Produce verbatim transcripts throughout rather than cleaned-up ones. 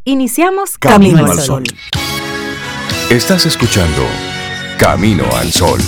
Iniciamos Camino, Camino al al Sol. Sol. Estás escuchando Camino al Sol.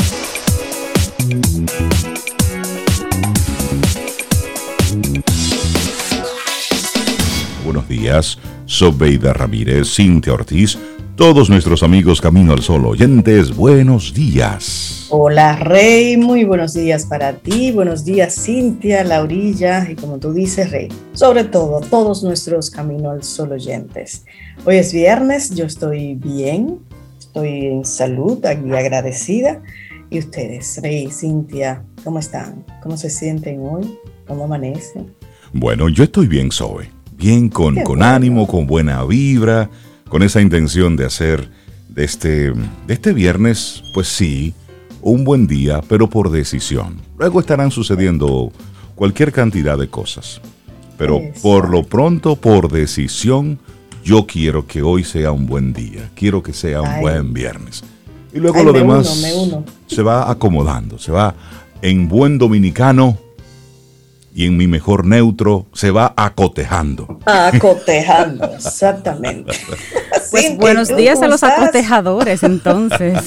Buenos días, Sobeida Ramírez, Cintia Ortiz, todos nuestros amigos Camino al Sol oyentes, buenos días. Hola Rey, muy buenos días para ti, buenos días Cintia, Laurilla y como tú dices Rey, sobre todo todos nuestros Camino al Sol oyentes. Hoy es viernes, yo estoy bien, estoy en salud, aquí agradecida. Y ustedes, Rey, Cintia, ¿cómo están? ¿Cómo se sienten hoy? ¿Cómo amanecen? Bueno, yo estoy bien, Sobe, bien con, con bueno. ánimo, con buena vibra, con esa intención de hacer de este, de este viernes, pues sí, un buen día, pero por decisión. Luego estarán sucediendo cualquier cantidad de cosas. Pero Exacto. por lo pronto, por decisión, yo quiero que hoy sea un buen día. Quiero que sea un Ay. buen viernes. Y luego Ay, lo me demás uno, me uno. se va acomodando, se va en buen dominicano y en mi mejor neutro, se va acotejando. Acotejando, exactamente. Pues Cintia, buenos ¿y tú días cómo a los estás? acotejadores, entonces.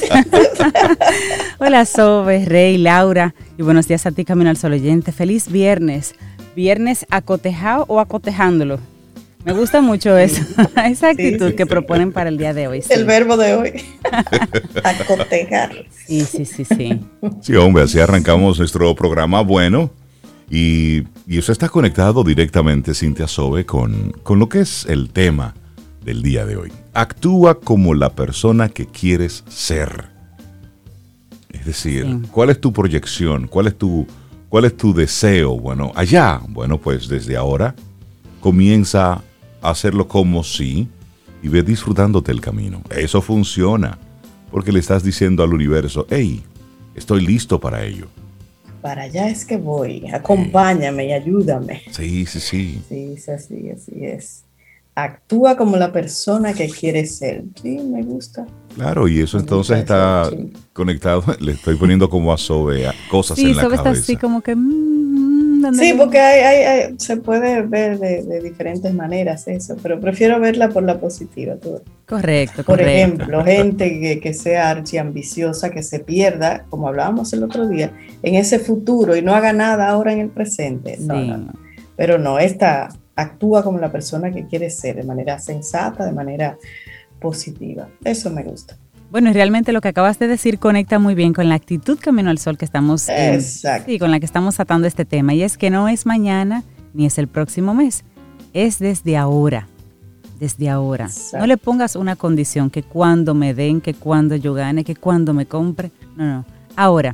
Hola, Sobe, Rey, Laura, y buenos días a ti, Camino al Sol oyente. Feliz viernes. ¿Viernes acotejado o acotejándolo? Me gusta mucho eso, esa actitud sí, que sí. proponen para el día de hoy. Sí, El verbo de hoy, acotejar. sí, sí, sí, sí. Sí, hombre, así arrancamos nuestro programa bueno. Y, y eso está conectado directamente, Cintia Sobe, con, con lo que es el tema del día de hoy. Actúa como la persona que quieres ser. Es decir, Sí. ¿cuál es tu proyección? ¿Cuál es tu, cuál es tu deseo? Bueno, allá, bueno, pues desde ahora comienza a hacerlo como si y ve disfrutándote el camino. Eso funciona porque le estás diciendo al universo, hey, estoy listo para ello. Para allá es que voy, acompáñame y ayúdame. Sí, sí, sí. Sí, es así, así es. Actúa como la persona que quieres ser. Sí, me gusta. Claro, y eso Me entonces gusta está eso, sí. conectado, le estoy poniendo como a Sobe a cosas Sí, en la Sobe está cabeza. así como que... mm, ¿dónde Sí, lo- porque hay, hay, hay- se puede ver de, de diferentes maneras eso, pero prefiero verla por la positiva. Tú. Correcto, Por correcto. ejemplo, gente que, que sea archiambiciosa, que se pierda, como hablábamos el otro día, en ese futuro y no haga nada ahora en el presente. No, Sí. no, no. Pero no, esta actúa como la persona que quiere ser, de manera sensata, de manera positiva. Eso me gusta. Bueno, y realmente lo que acabas de decir conecta muy bien con la actitud Camino al Sol que estamos, eh, Exacto. sí, con la que estamos atando este tema. Y es que no es mañana ni es el próximo mes, es desde ahora, desde ahora. Exacto. No le pongas una condición que cuando me den, que cuando yo gane, que cuando me compre. No, no, ahora,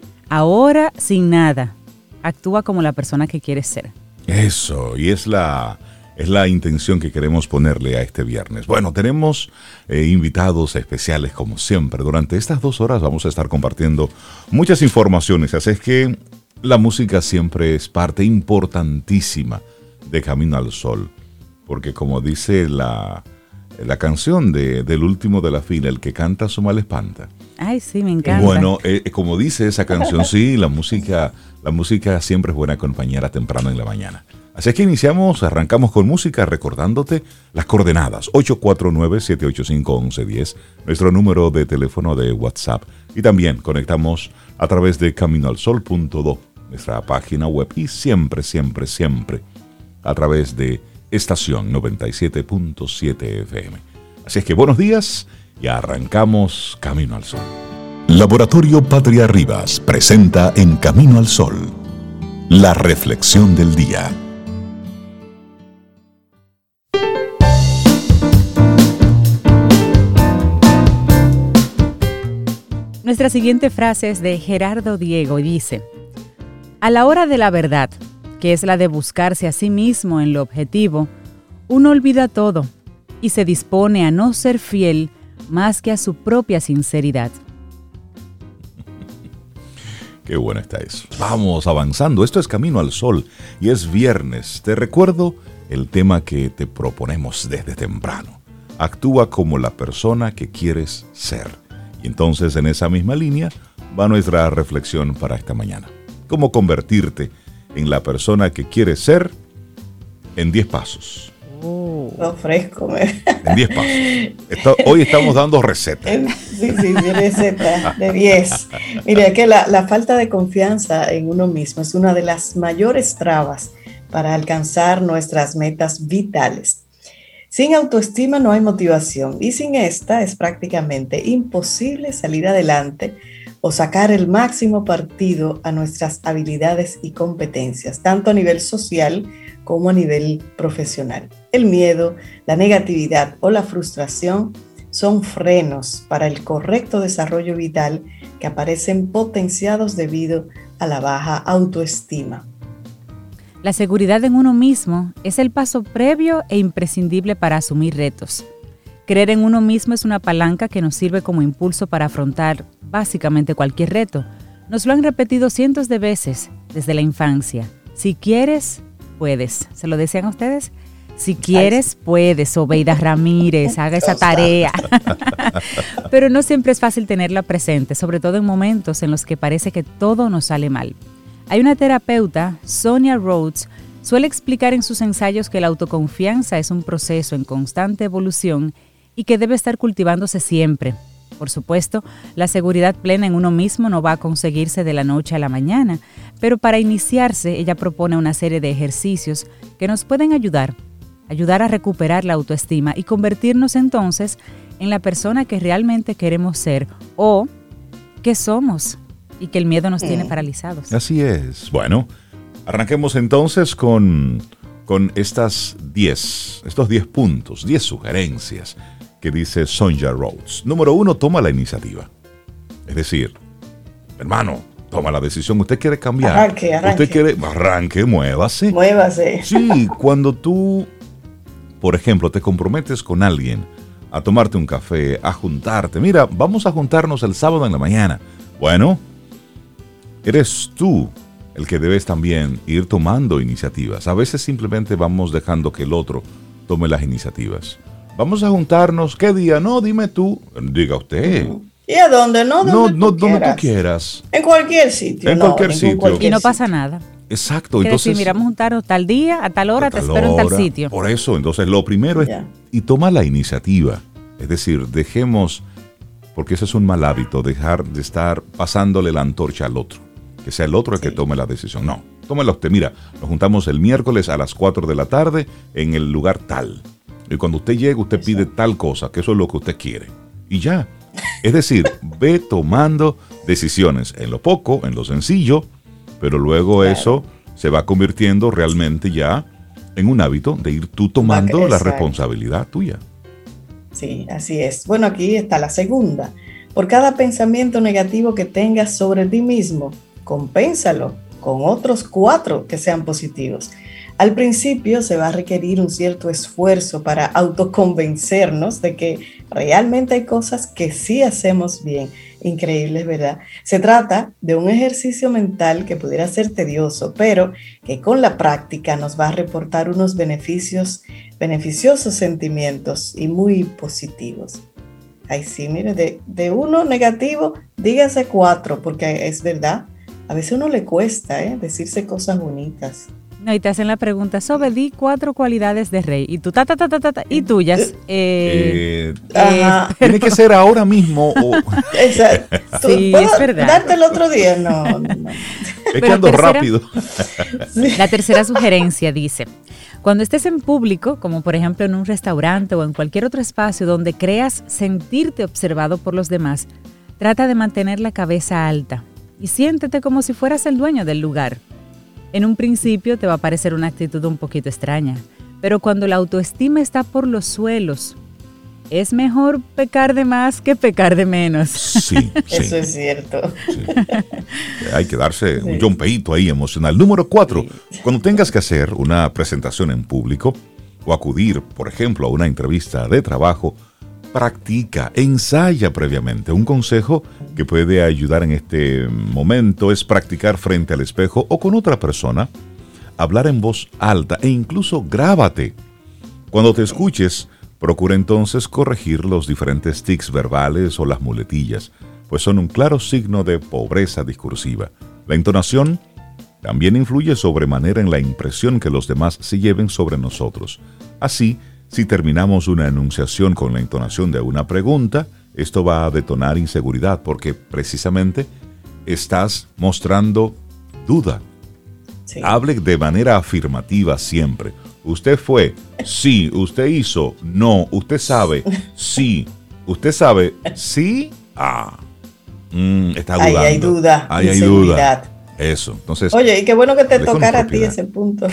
ahora sin nada. Actúa como la persona que quieres ser. Eso, y es la, es la intención que queremos ponerle a este viernes. Bueno, tenemos eh, invitados especiales como siempre. Durante estas dos horas vamos a estar compartiendo muchas informaciones, así es que la música siempre es parte importantísima de Camino al Sol, porque como dice la, la canción de, del último de la fila, el que canta su mal espanta. Ay, sí, me encanta. Bueno, eh, como dice esa canción, sí, la música, la música siempre es buena compañera temprano en la mañana. Así es que iniciamos, arrancamos con música recordándote las coordenadas ocho cuatro nueve, siete ocho cinco, once diez, nuestro número de teléfono de WhatsApp. Y también conectamos a través de camino al sol punto do, nuestra página web, y siempre, siempre, siempre a través de estación noventa y siete punto siete F M. Así es que buenos días y arrancamos Camino al Sol. Laboratorio Patria Rivas presenta en Camino al Sol la reflexión del día. Nuestra siguiente frase es de Gerardo Diego y dice: a la hora de la verdad, que es la de buscarse a sí mismo en lo objetivo, uno olvida todo y se dispone a no ser fiel más que a su propia sinceridad. Qué bueno está eso. Vamos avanzando. Esto es Camino al Sol y es viernes. Te recuerdo el tema que te proponemos desde temprano. Actúa como la persona que quieres ser. Y entonces en esa misma línea va nuestra reflexión para esta mañana. Cómo convertirte en la persona que quieres ser en diez pasos. Oh. Todo fresco. Me... En diez pasos. Esto, hoy estamos dando recetas. Sí, sí, sí, receta de diez. Mira, que la, la falta de confianza en uno mismo es una de las mayores trabas para alcanzar nuestras metas vitales. Sin autoestima no hay motivación y sin esta es prácticamente imposible salir adelante o sacar el máximo partido a nuestras habilidades y competencias, tanto a nivel social como a nivel profesional. El miedo, la negatividad o la frustración son frenos para el correcto desarrollo vital que aparecen potenciados debido a la baja autoestima. La seguridad en uno mismo es el paso previo e imprescindible para asumir retos. Creer en uno mismo es una palanca que nos sirve como impulso para afrontar básicamente cualquier reto. Nos lo han repetido cientos de veces desde la infancia. Si quieres, puedes. ¿Se lo decían a ustedes? Si quieres, puedes. Obeida Ramírez, haga esa tarea. Pero no siempre es fácil tenerla presente, sobre todo en momentos en los que parece que todo nos sale mal. Hay una terapeuta, Sonia Rhodes, suele explicar en sus ensayos que la autoconfianza es un proceso en constante evolución y que debe estar cultivándose siempre. Por supuesto, la seguridad plena en uno mismo no va a conseguirse de la noche a la mañana, pero para iniciarse ella propone una serie de ejercicios que nos pueden ayudar, ayudar a recuperar la autoestima y convertirnos entonces en la persona que realmente queremos ser o que somos y que el miedo nos tiene paralizados. Así es. Bueno, arranquemos entonces con, con estas diez, estos diez puntos, diez sugerencias que dice Sonia Rhodes. Número uno, toma la iniciativa. Es decir, hermano, toma la decisión. Usted quiere cambiar. Arranque, arranque. Usted quiere, arranque, muévase. Muévase. Sí, cuando tú, por ejemplo, te comprometes con alguien a tomarte un café, a juntarte. Mira, vamos a juntarnos el sábado en la mañana. Bueno, eres tú el que debes también ir tomando iniciativas. A veces simplemente vamos dejando que el otro tome las iniciativas. Vamos a juntarnos, ¿qué día? No, dime tú, diga usted. ¿Y a dónde? No, donde, no, tú, no, quieras. donde tú quieras. En cualquier sitio. En no, cualquier sitio. Cualquier y no sitio. pasa nada. Exacto. Quiere Entonces, decir, mira, vamos a juntarnos tal día, a tal hora, a te tal espero en tal hora. sitio. Por eso, entonces lo primero es, Ya. y toma la iniciativa. Es decir, dejemos, porque ese es un mal hábito, dejar de estar pasándole la antorcha al otro. Que sea el otro el Sí. que tome la decisión. No, tómela usted. Mira, nos juntamos el miércoles a las cuatro de la tarde en el lugar tal. Y cuando usted llegue, usted Eso. pide tal cosa, que eso es lo que usted quiere. Y ya. Es decir, ve tomando decisiones en lo poco, en lo sencillo, pero luego Claro. eso se va convirtiendo realmente ya en un hábito de ir tú tomando la Exacto. responsabilidad tuya. Sí, así es. Bueno, aquí está la segunda. Por cada pensamiento negativo que tengas sobre ti mismo, compénsalo con otros cuatro que sean positivos. Al principio se va a requerir un cierto esfuerzo para autoconvencernos de que realmente hay cosas que sí hacemos bien. Increíbles, ¿verdad? Se trata de un ejercicio mental que pudiera ser tedioso, pero que con la práctica nos va a reportar unos beneficios, beneficiosos sentimientos y muy positivos. Ay, sí, mire, de, de uno negativo, dígase cuatro, porque es verdad, a veces a uno le cuesta ¿eh? decirse cosas bonitas. No, y te hacen la pregunta, Sobe, di cuatro cualidades de rey. Y tú, ta, ta, ta, ta, ta, ta y tuyas. Eh, Eh, Ajá. eh, tiene que ser ahora mismo o Esa, ¿tú- Sí, ¿puedo es verdad. darte el otro día? No, no. es que Pero ando tercera- rápido. Sí. La tercera sugerencia dice, cuando estés en público, como por ejemplo en un restaurante o en cualquier otro espacio donde creas sentirte observado por los demás, trata de mantener la cabeza alta y siéntete como si fueras el dueño del lugar. En un principio te va a parecer una actitud un poquito extraña, pero cuando la autoestima está por los suelos, es mejor pecar de más que pecar de menos. Sí, Eso sí, es cierto. sí. Hay que darse un Sí. jumpeíto ahí emocional. Número cuatro, Sí. cuando tengas que hacer una presentación en público o acudir, por ejemplo, a una entrevista de trabajo, practica, ensaya previamente. Un consejo que puede ayudar en este momento es practicar frente al espejo o con otra persona, hablar en voz alta e incluso grábate. Cuando te escuches, procura entonces corregir los diferentes tics verbales o las muletillas, pues son un claro signo de pobreza discursiva. La entonación también influye sobremanera en la impresión que los demás se lleven sobre nosotros. Así, Si terminamos una enunciación con la entonación de una pregunta, esto va a detonar inseguridad porque precisamente estás mostrando duda. Sí. Hable de manera afirmativa siempre. Usted fue, sí. Usted hizo, no. Usted sabe, sí. Usted sabe, sí, ah. Mm, está dudando. Ahí hay duda. Ahí hay duda. Eso. Entonces. Oye, y qué bueno que te tocara a ti ese punto.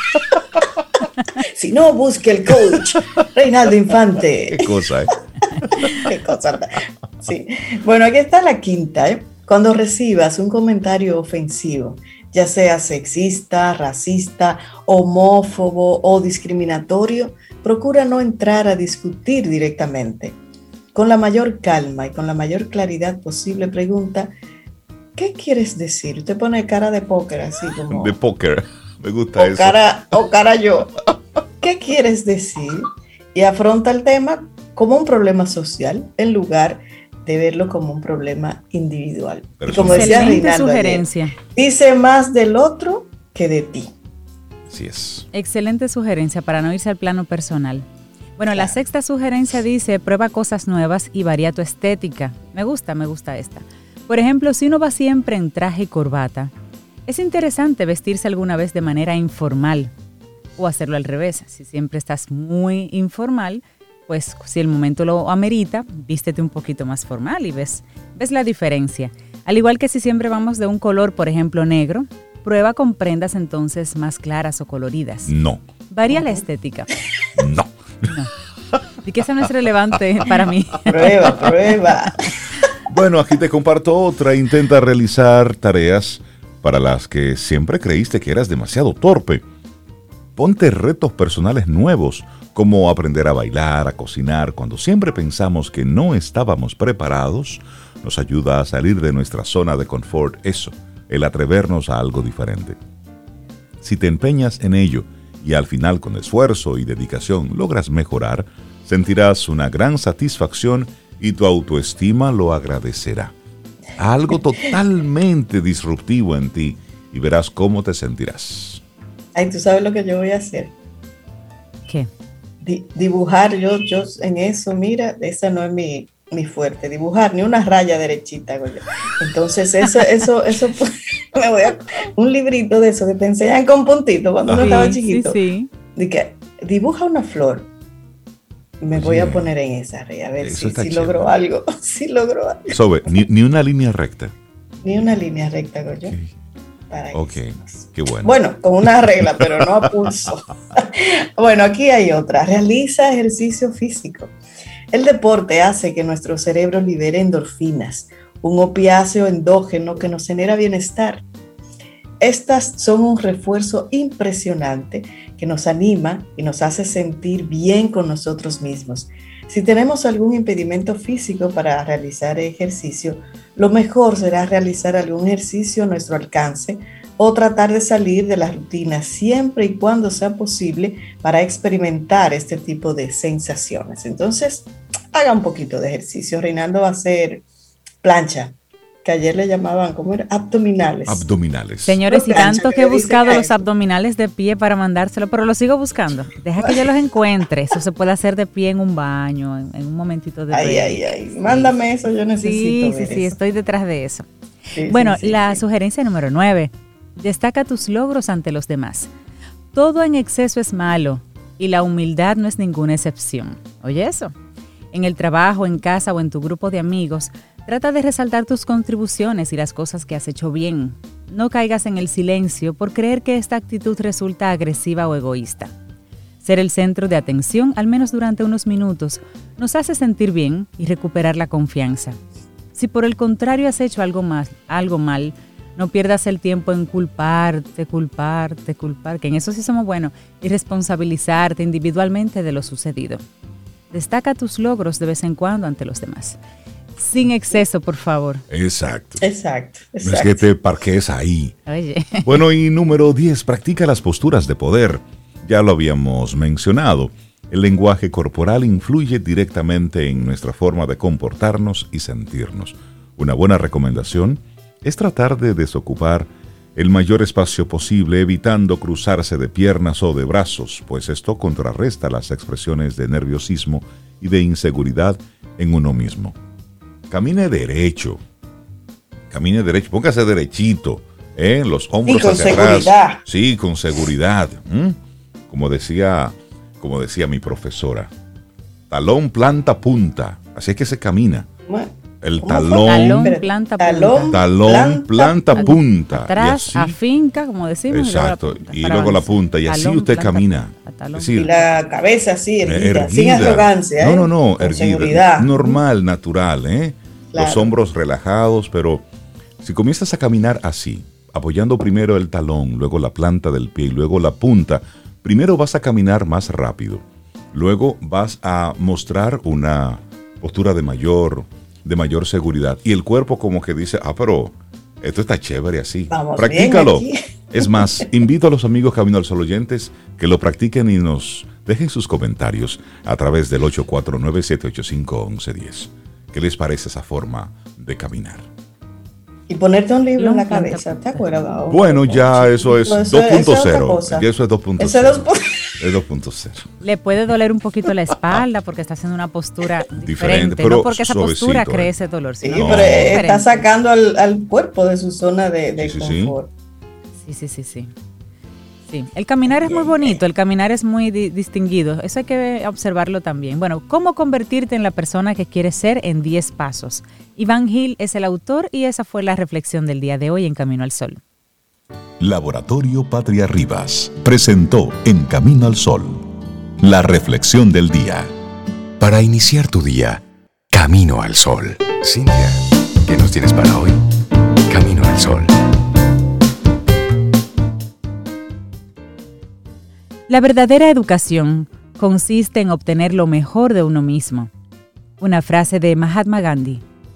Si no, busque el coach Reinaldo Infante. Qué cosa, ¿eh? Qué cosa. Sí. Bueno, aquí está la quinta, ¿eh? Cuando recibas un comentario ofensivo, ya sea sexista, racista, homófobo o discriminatorio, procura no entrar a discutir directamente. Con la mayor calma y con la mayor claridad posible, pregunta, ¿qué quieres decir? Usted pone cara de póker, así como... De póker, me gusta o eso. Cara, o cara yo. ¿Qué quieres decir? Y afronta el tema como un problema social, en lugar de verlo como un problema individual. Pero y como decía Reinaldo, sugerencia. Ayer, dice más del otro que de ti. Así es. Excelente sugerencia para no irse al plano personal. Bueno, claro. La sexta sugerencia dice, prueba cosas nuevas y varía tu estética. Me gusta, me gusta esta. Por ejemplo, si uno va siempre en traje y corbata, es interesante vestirse alguna vez de manera informal o hacerlo al revés. Si siempre estás muy informal, pues si el momento lo amerita, vístete un poquito más formal y ves, ves la diferencia. Al igual que si siempre vamos de un color, por ejemplo, negro, prueba con prendas entonces más claras o coloridas. No. Varía la estética. No. No. Y que eso no es relevante para mí. Prueba, prueba. Bueno, aquí te comparto otra. Intenta realizar tareas para las que siempre creíste que eras demasiado torpe. Ponte retos personales nuevos, como aprender a bailar, a cocinar. Cuando siempre pensamos que no estábamos preparados, nos ayuda a salir de nuestra zona de confort. Eso, el atrevernos a algo diferente. Si te empeñas en ello y al final con esfuerzo y dedicación logras mejorar, sentirás una gran satisfacción y tu autoestima lo agradecerá. Algo totalmente disruptivo en ti y verás cómo te sentirás. Ay, ¿tú sabes lo que yo voy a hacer? ¿Qué? Di- dibujar, yo, yo en eso, mira, esa no es mi, mi fuerte, dibujar, ni una raya derechita, hago yo. Entonces, eso, eso, eso, me voy a, un librito de eso que te enseñan con puntitos cuando uno Sí, estaba chiquito. sí, sí. De que dibuja una flor. Me Oye, voy a poner en esa, Rey, a ver eso si, está si chévere. logro algo, si logro algo. Sobe, ni, ni una línea recta. Ni una línea recta, hago yo. Ok, Para okay. Qué bueno. Bueno, con una regla, pero no a pulso. Bueno, aquí hay otra. Realiza ejercicio físico. El deporte hace que nuestro cerebro libere endorfinas, un opiáceo endógeno que nos genera bienestar. Estas son un refuerzo impresionante que nos anima y nos hace sentir bien con nosotros mismos. Si tenemos algún impedimento físico para realizar ejercicio, lo mejor será realizar algún ejercicio a nuestro alcance o tratar de salir de la rutina siempre y cuando sea posible para experimentar este tipo de sensaciones. Entonces, haga un poquito de ejercicio. Reinaldo va a hacer plancha, que ayer le llamaban, ¿cómo era? Abdominales. Abdominales. Señores, y Plancha, tanto que que he le dicen buscado a los eso. abdominales de pie para mandárselo, pero los sigo buscando. Deja que yo los encuentre. Eso se puede hacer de pie en un baño, en, en un momentito de Ay, break. ay, ay. Mándame eso, yo necesito Sí, ver sí, sí, eso. estoy detrás de eso. Sí, Bueno, sí, sí, la sí. sugerencia número nueve. Destaca tus logros ante los demás. Todo en exceso es malo y la humildad no es ninguna excepción. Oye eso. En el trabajo, en casa o en tu grupo de amigos, trata de resaltar tus contribuciones y las cosas que has hecho bien. No caigas en el silencio por creer que esta actitud resulta agresiva o egoísta. Ser el centro de atención, al menos durante unos minutos, nos hace sentir bien y recuperar la confianza. Si por el contrario has hecho algo mal, algo mal, no pierdas el tiempo en culparte, culparte, culpar, que en eso sí somos buenos, y responsabilizarte individualmente de lo sucedido. Destaca tus logros de vez en cuando ante los demás. Sin exceso, por favor. Exacto. Exacto, No es exacto. que te parques ahí. Oye. Bueno, y número diez, practica las posturas de poder. Ya lo habíamos mencionado. El lenguaje corporal influye directamente en nuestra forma de comportarnos y sentirnos. Una buena recomendación es tratar de desocupar el mayor espacio posible, evitando cruzarse de piernas o de brazos, pues esto contrarresta las expresiones de nerviosismo y de inseguridad en uno mismo. Camine derecho, camine derecho, póngase derechito, ¿eh? Los hombros sí, con hacia seguridad. atrás. Sí, con seguridad. ¿Mm? Como decía, como decía mi profesora, talón, planta, punta. Así es que se camina. Bueno, el ¿cómo talón, Talón, planta, talón, punta. talón, planta, punta. punta. Atrás, Y así- afinca, como decimos. Exacto, Y luego la punta, y para luego la avanzar. punta, y así Talón, usted planta, camina. punta, talón. Es decir, Y la cabeza así, erguida, sin erguida. arrogancia. No, ¿eh? no, no, Con erguida. seguridad. Normal, natural, ¿eh? Claro. Los hombros relajados, pero si comienzas a caminar así, apoyando primero el talón, luego la planta del pie y luego la punta, primero vas a caminar más rápido. Luego vas a mostrar una postura de mayor, de mayor seguridad. Y el cuerpo como que dice, ah, pero esto está chévere así. Vamos Practícalo. bien aquí. Es más, invito a los amigos Camino al Sol oyentes que lo practiquen y nos dejen sus comentarios a través del ocho cuatro nueve, siete ocho cinco, uno uno uno cero. ¿Qué les parece esa forma de caminar? Y ponerte un libro en la Planta, cabeza, punta. ¿te acuerdas? Bueno, ya eso es Eso- dos eso es punto otra cero. cosa. Ya eso es dos punto Eso es cero. dos- Es dos punto cero. Le puede doler un poquito la espalda porque está haciendo una postura Diferente, diferente. pero No porque esa postura suavecito, cree eh. ese dolor, Sí, sino No. pero que es está diferente. sacando al, al cuerpo de su zona de, de Sí, sí, sí. confort. Sí, sí, sí, sí. Sí, el caminar es muy bonito, el caminar es muy di- distinguido, eso hay que observarlo también. Bueno, ¿cómo convertirte en la persona que quieres ser en diez pasos? Iván Gil es el autor y esa fue la reflexión del día de hoy en Camino al Sol. Laboratorio Patria Rivas presentó En Camino al Sol, la reflexión del día. Para iniciar tu día, Camino al Sol. Cintia, ¿qué nos tienes para hoy? Camino al Sol. La verdadera educación consiste en obtener lo mejor de uno mismo. Una frase de Mahatma Gandhi.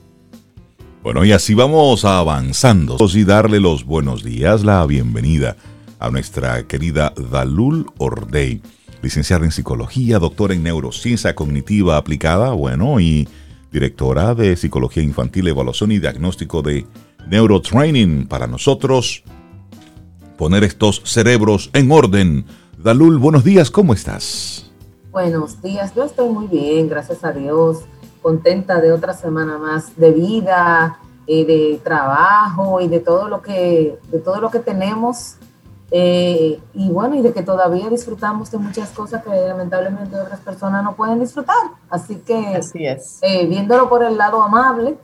Bueno, y así vamos avanzando y darle los buenos días, la bienvenida a nuestra querida Dalul Ordey, licenciada en psicología, doctora en neurociencia cognitiva aplicada, bueno, y directora de psicología infantil, evaluación y diagnóstico de neurotraining para nosotros poner estos cerebros en orden. Dalul, buenos días, ¿cómo estás? Buenos días, yo estoy muy bien, gracias a Dios, contenta de otra semana más de vida, eh, de trabajo y de todo lo que, de todo lo que tenemos, eh, y bueno, y de que todavía disfrutamos de muchas cosas que lamentablemente otras personas no pueden disfrutar, así que Así es. eh, viéndolo por el lado amable,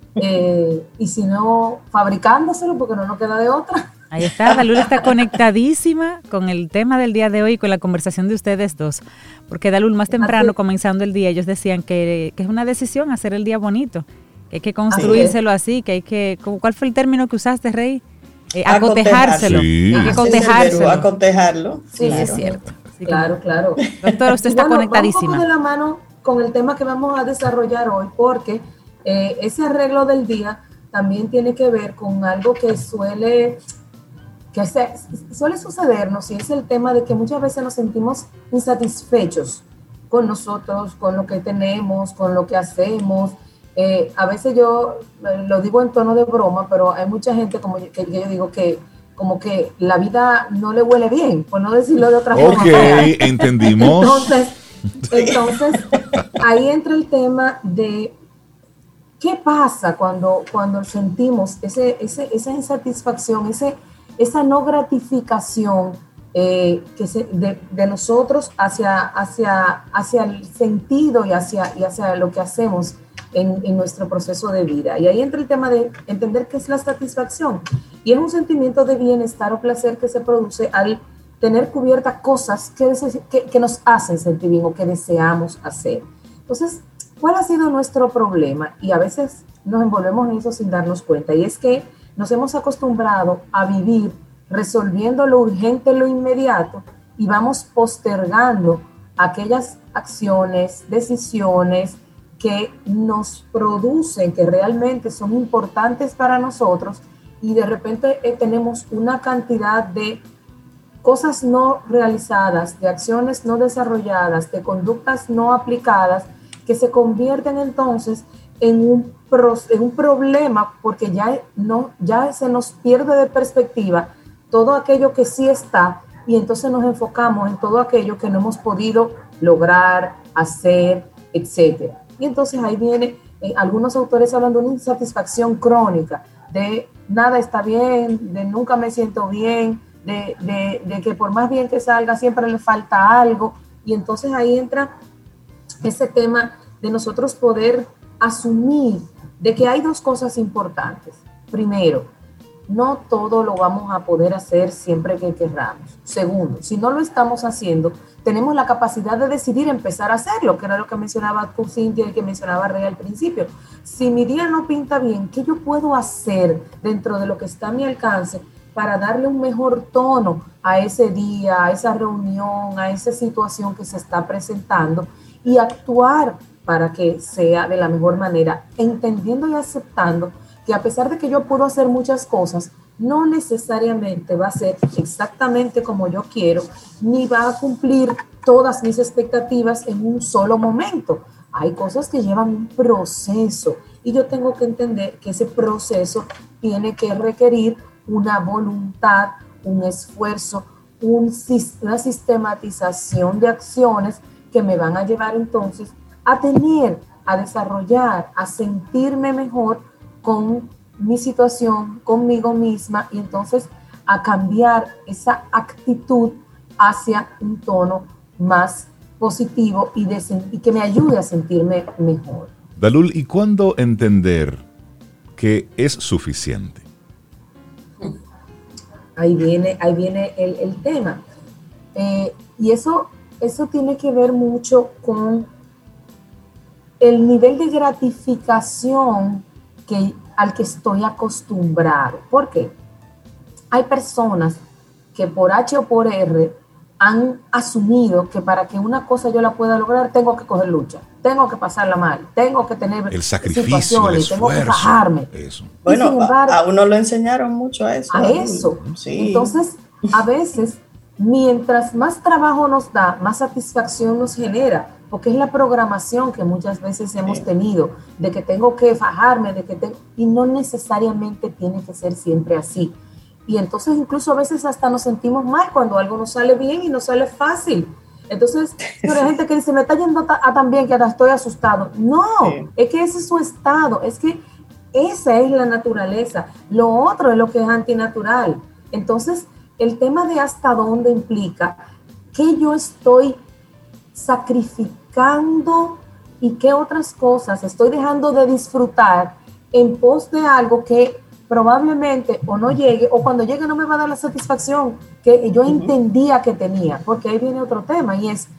eh, y si no, fabricándoselo porque no nos queda de otra. Ahí está, Dalul está conectadísima con el tema del día de hoy y con la conversación de ustedes dos. Porque Dalul, más temprano, Así. comenzando el día, ellos decían que, que es una decisión hacer el día bonito, que hay que construírselo así, que hay que, ¿cuál fue el término que usaste, Rey? Eh, acotejárselo. Sí. Hay que Ese es el acotejárselo. verbo, acotejarlo. Sí, Claro. es cierto. Así que, Claro, claro. doctora, usted está Bueno, va un conectadísima. poco de la mano con el tema que vamos a desarrollar hoy, porque eh, ese arreglo del día también tiene que ver con algo que suele, que se, suele sucedernos, y es el tema de que muchas veces nos sentimos insatisfechos con nosotros, con lo que tenemos, con lo que hacemos. Eh, a veces yo eh, lo digo en tono de broma, pero hay mucha gente como yo, que, que yo digo que como que la vida no le huele bien, por no decirlo de otra forma. Ok, entendimos. Entonces, entonces, ahí entra el tema de qué pasa cuando, cuando sentimos ese, ese, esa insatisfacción, ese, esa no gratificación eh, que se, de, de nosotros hacia, hacia, hacia el sentido y hacia, y hacia lo que hacemos en, en nuestro proceso de vida. Y ahí entra el tema de entender qué es la satisfacción. Y es un sentimiento de bienestar o placer que se produce al tener cubiertas cosas que, que, que nos hacen sentir bien o que deseamos hacer. Entonces, ¿cuál ha sido nuestro problema? Y a veces nos envolvemos en eso sin darnos cuenta. Y es que nos hemos acostumbrado a vivir resolviendo lo urgente, lo inmediato, y vamos postergando aquellas acciones, decisiones que nos producen, que realmente son importantes para nosotros, y de repente eh, tenemos una cantidad de cosas no realizadas, de acciones no desarrolladas, de conductas no aplicadas, que se convierten entonces en un, pro, en un problema porque ya, no, ya se nos pierde de perspectiva todo aquello que sí está y entonces nos enfocamos en todo aquello que no hemos podido lograr, hacer, etcétera. Y entonces ahí viene, eh, algunos autores hablan de una insatisfacción crónica, de nada está bien, de nunca me siento bien, de, de, de que por más bien que salga siempre le falta algo. Y entonces ahí entra ese tema de nosotros poder asumir de que hay dos cosas importantes. Primero, no todo lo vamos a poder hacer siempre que queramos. Segundo, si no lo estamos haciendo, tenemos la capacidad de decidir empezar a hacerlo, que era lo que mencionaba tú, Cintia, y que mencionaba Rey al principio. Si mi día no pinta bien, ¿qué yo puedo hacer dentro de lo que está a mi alcance para darle un mejor tono a ese día, a esa reunión, a esa situación que se está presentando y actuar para que sea de la mejor manera, entendiendo y aceptando que a pesar de que yo puedo hacer muchas cosas, no necesariamente va a ser exactamente como yo quiero, ni va a cumplir todas mis expectativas en un solo momento. Hay cosas que llevan un proceso y yo tengo que entender que ese proceso tiene que requerir una voluntad, un esfuerzo, un, una sistematización de acciones que me van a llevar entonces a tener, a desarrollar, a sentirme mejor con mi situación, conmigo misma, y entonces a cambiar esa actitud hacia un tono más positivo y, de, y que me ayude a sentirme mejor. Dalul, ¿y cuándo entender que es suficiente? Ahí viene, ahí viene el, el tema. Eh, y eso, eso tiene que ver mucho con el nivel de gratificación que, al que estoy acostumbrado. ¿Por qué? Hay personas que por H o por R han asumido que para que una cosa yo la pueda lograr tengo que coger lucha, tengo que pasarla mal, tengo que tener el sacrificio, el esfuerzo, tengo que bajarme. Eso. Bueno, embargo, a uno lo enseñaron mucho a eso. A eso. Sí. Entonces, a veces, mientras más trabajo nos da, más satisfacción nos genera, porque es la programación que muchas veces hemos sí. tenido, de que tengo que fajarme, de que tengo, y no necesariamente tiene que ser siempre así. Y entonces incluso a veces hasta nos sentimos mal cuando algo nos sale bien y nos sale fácil. Entonces, hay gente que dice, me está yendo a tan bien que hasta estoy asustado. No, sí. es que ese es su estado, es que esa es la naturaleza. Lo otro es lo que es antinatural. Entonces, el tema de hasta dónde implica que yo estoy sacrificando y qué otras cosas estoy dejando de disfrutar en pos de algo que probablemente o no llegue, o cuando llegue no me va a dar la satisfacción que yo uh-huh. entendía que tenía, porque ahí viene otro tema, y es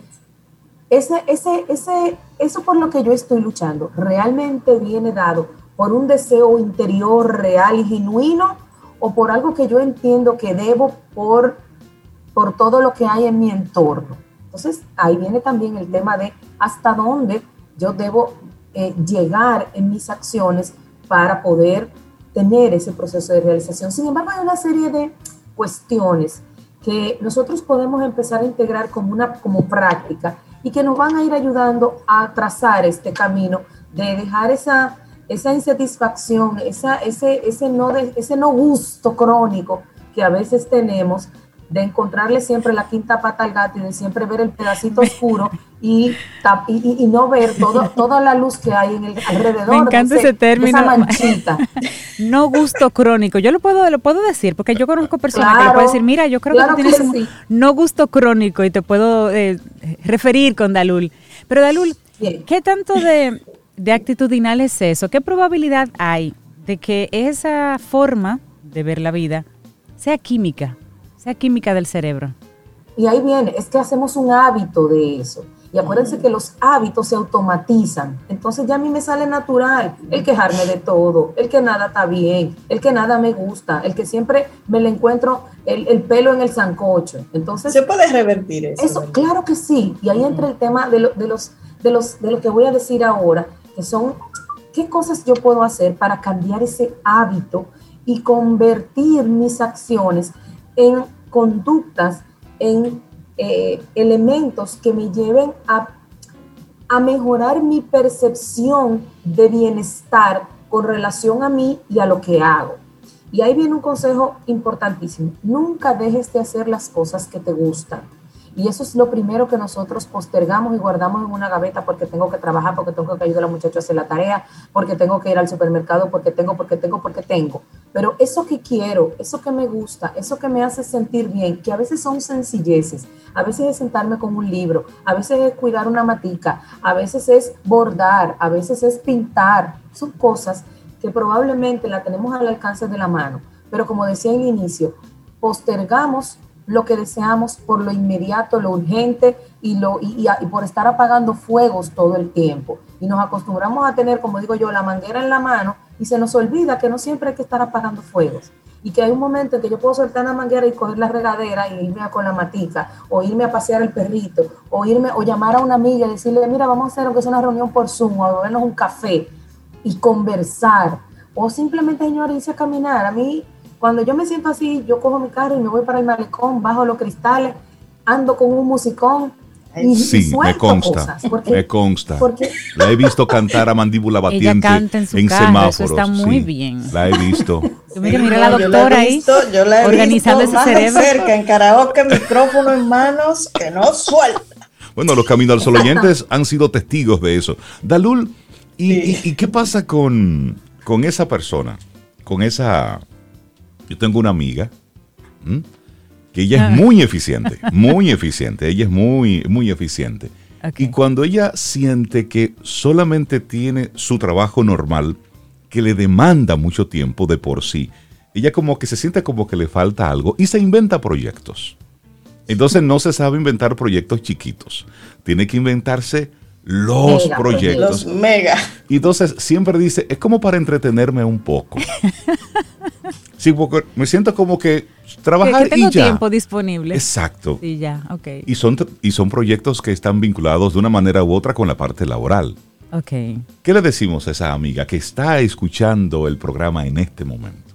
ese, ese, ese, eso por lo que yo estoy luchando, ¿realmente viene dado por un deseo interior real y genuino, o por algo que yo entiendo que debo por, por todo lo que hay en mi entorno? Entonces, ahí viene también el tema de hasta dónde yo debo eh, llegar en mis acciones para poder tener ese proceso de realización. Sin embargo, hay una serie de cuestiones que nosotros podemos empezar a integrar como una como práctica y que nos van a ir ayudando a trazar este camino de dejar esa, esa insatisfacción, esa, ese, ese, no de, ese no gusto crónico que a veces tenemos, de encontrarle siempre la quinta pata al gato y de siempre ver el pedacito oscuro y, y, y no ver todo, toda la luz que hay en el alrededor. Me encanta de ese, ese término. De esa manchita. No gusto crónico. Yo lo puedo, lo puedo decir, porque yo conozco personas claro, que le pueden decir, mira, yo creo claro que tú tienes que un sí. no gusto crónico y te puedo eh, referir con Dalul. Pero Dalul, Bien. ¿qué tanto de, de actitudinal es eso? ¿Qué probabilidad hay de que esa forma de ver la vida sea química? Sea química del cerebro. Y ahí viene, es que hacemos un hábito de eso. Y acuérdense que los hábitos se automatizan. Entonces ya a mí me sale natural el quejarme de todo, el que nada está bien, el que nada me gusta, el que siempre me le encuentro el, el pelo en el sancocho. Entonces, ¿se puede revertir eso? Eso, ¿verdad? Claro que sí. Y ahí entra el tema de, lo, de, los, de, los, de lo que voy a decir ahora, que son qué cosas yo puedo hacer para cambiar ese hábito y convertir mis acciones en conductas, en eh, elementos que me lleven a, a mejorar mi percepción de bienestar con relación a mí y a lo que hago. Y ahí viene un consejo importantísimo. Nunca dejes de hacer las cosas que te gustan. Y eso es lo primero que nosotros postergamos y guardamos en una gaveta porque tengo que trabajar, porque tengo que ayudar a los muchachos a hacer la tarea, porque tengo que ir al supermercado, porque tengo, porque tengo, porque tengo. Pero eso que quiero, eso que me gusta, eso que me hace sentir bien, que a veces son sencilleces, a veces es sentarme con un libro, a veces es cuidar una matica, a veces es bordar, a veces es pintar. Son cosas que probablemente la tenemos al alcance de la mano. Pero como decía en el inicio, postergamos lo que deseamos por lo inmediato, lo urgente y, lo, y, y, y por estar apagando fuegos todo el tiempo. Y nos acostumbramos a tener, como digo yo, la manguera en la mano y se nos olvida que no siempre hay que estar apagando fuegos. Y que hay un momento en que yo puedo soltar la manguera y coger la regadera y irme a con la matica, o irme a pasear el perrito, o irme o llamar a una amiga y decirle, mira, vamos a hacer aunque sea una reunión por Zoom, o a bebernos un café y conversar. O simplemente, señores, irse a caminar. A mí, cuando yo me siento así, yo cojo mi carro y me voy para el malecón, bajo los cristales, ando con un musicón y, sí, y me consta, porque, me consta. Porque, la he visto cantar a mandíbula batiente. Ella canta en su en carro, semáforos. eso está muy sí, bien. La he visto. Mira, mira la yo doctora la he ahí, visto, yo la he organizando visto ese más de cerebro. cerca, en karaoke, micrófono en manos, que no suelta. Bueno, los Camino al Sol oyentes han sido testigos de eso. Dalul, ¿y, Sí. y, y qué pasa con, con esa persona? Con esa... Yo tengo una amiga, ¿m? que ella es muy eficiente, muy eficiente, ella es muy, muy eficiente. Okay. Y cuando ella siente que solamente tiene su trabajo normal, que le demanda mucho tiempo de por sí, ella como que se siente como que le falta algo y se inventa proyectos. Entonces no se sabe inventar proyectos chiquitos, tiene que inventarse los mega proyectos. Los mega. Y entonces siempre dice, es como para entretenerme un poco. Sí, porque me siento como que trabajar que, que tengo y ya. tiempo disponible. Exacto. Sí, ya, ok. Y son, y son proyectos que están vinculados de una manera u otra con la parte laboral. Ok. ¿Qué le decimos a esa amiga que está escuchando el programa en este momento?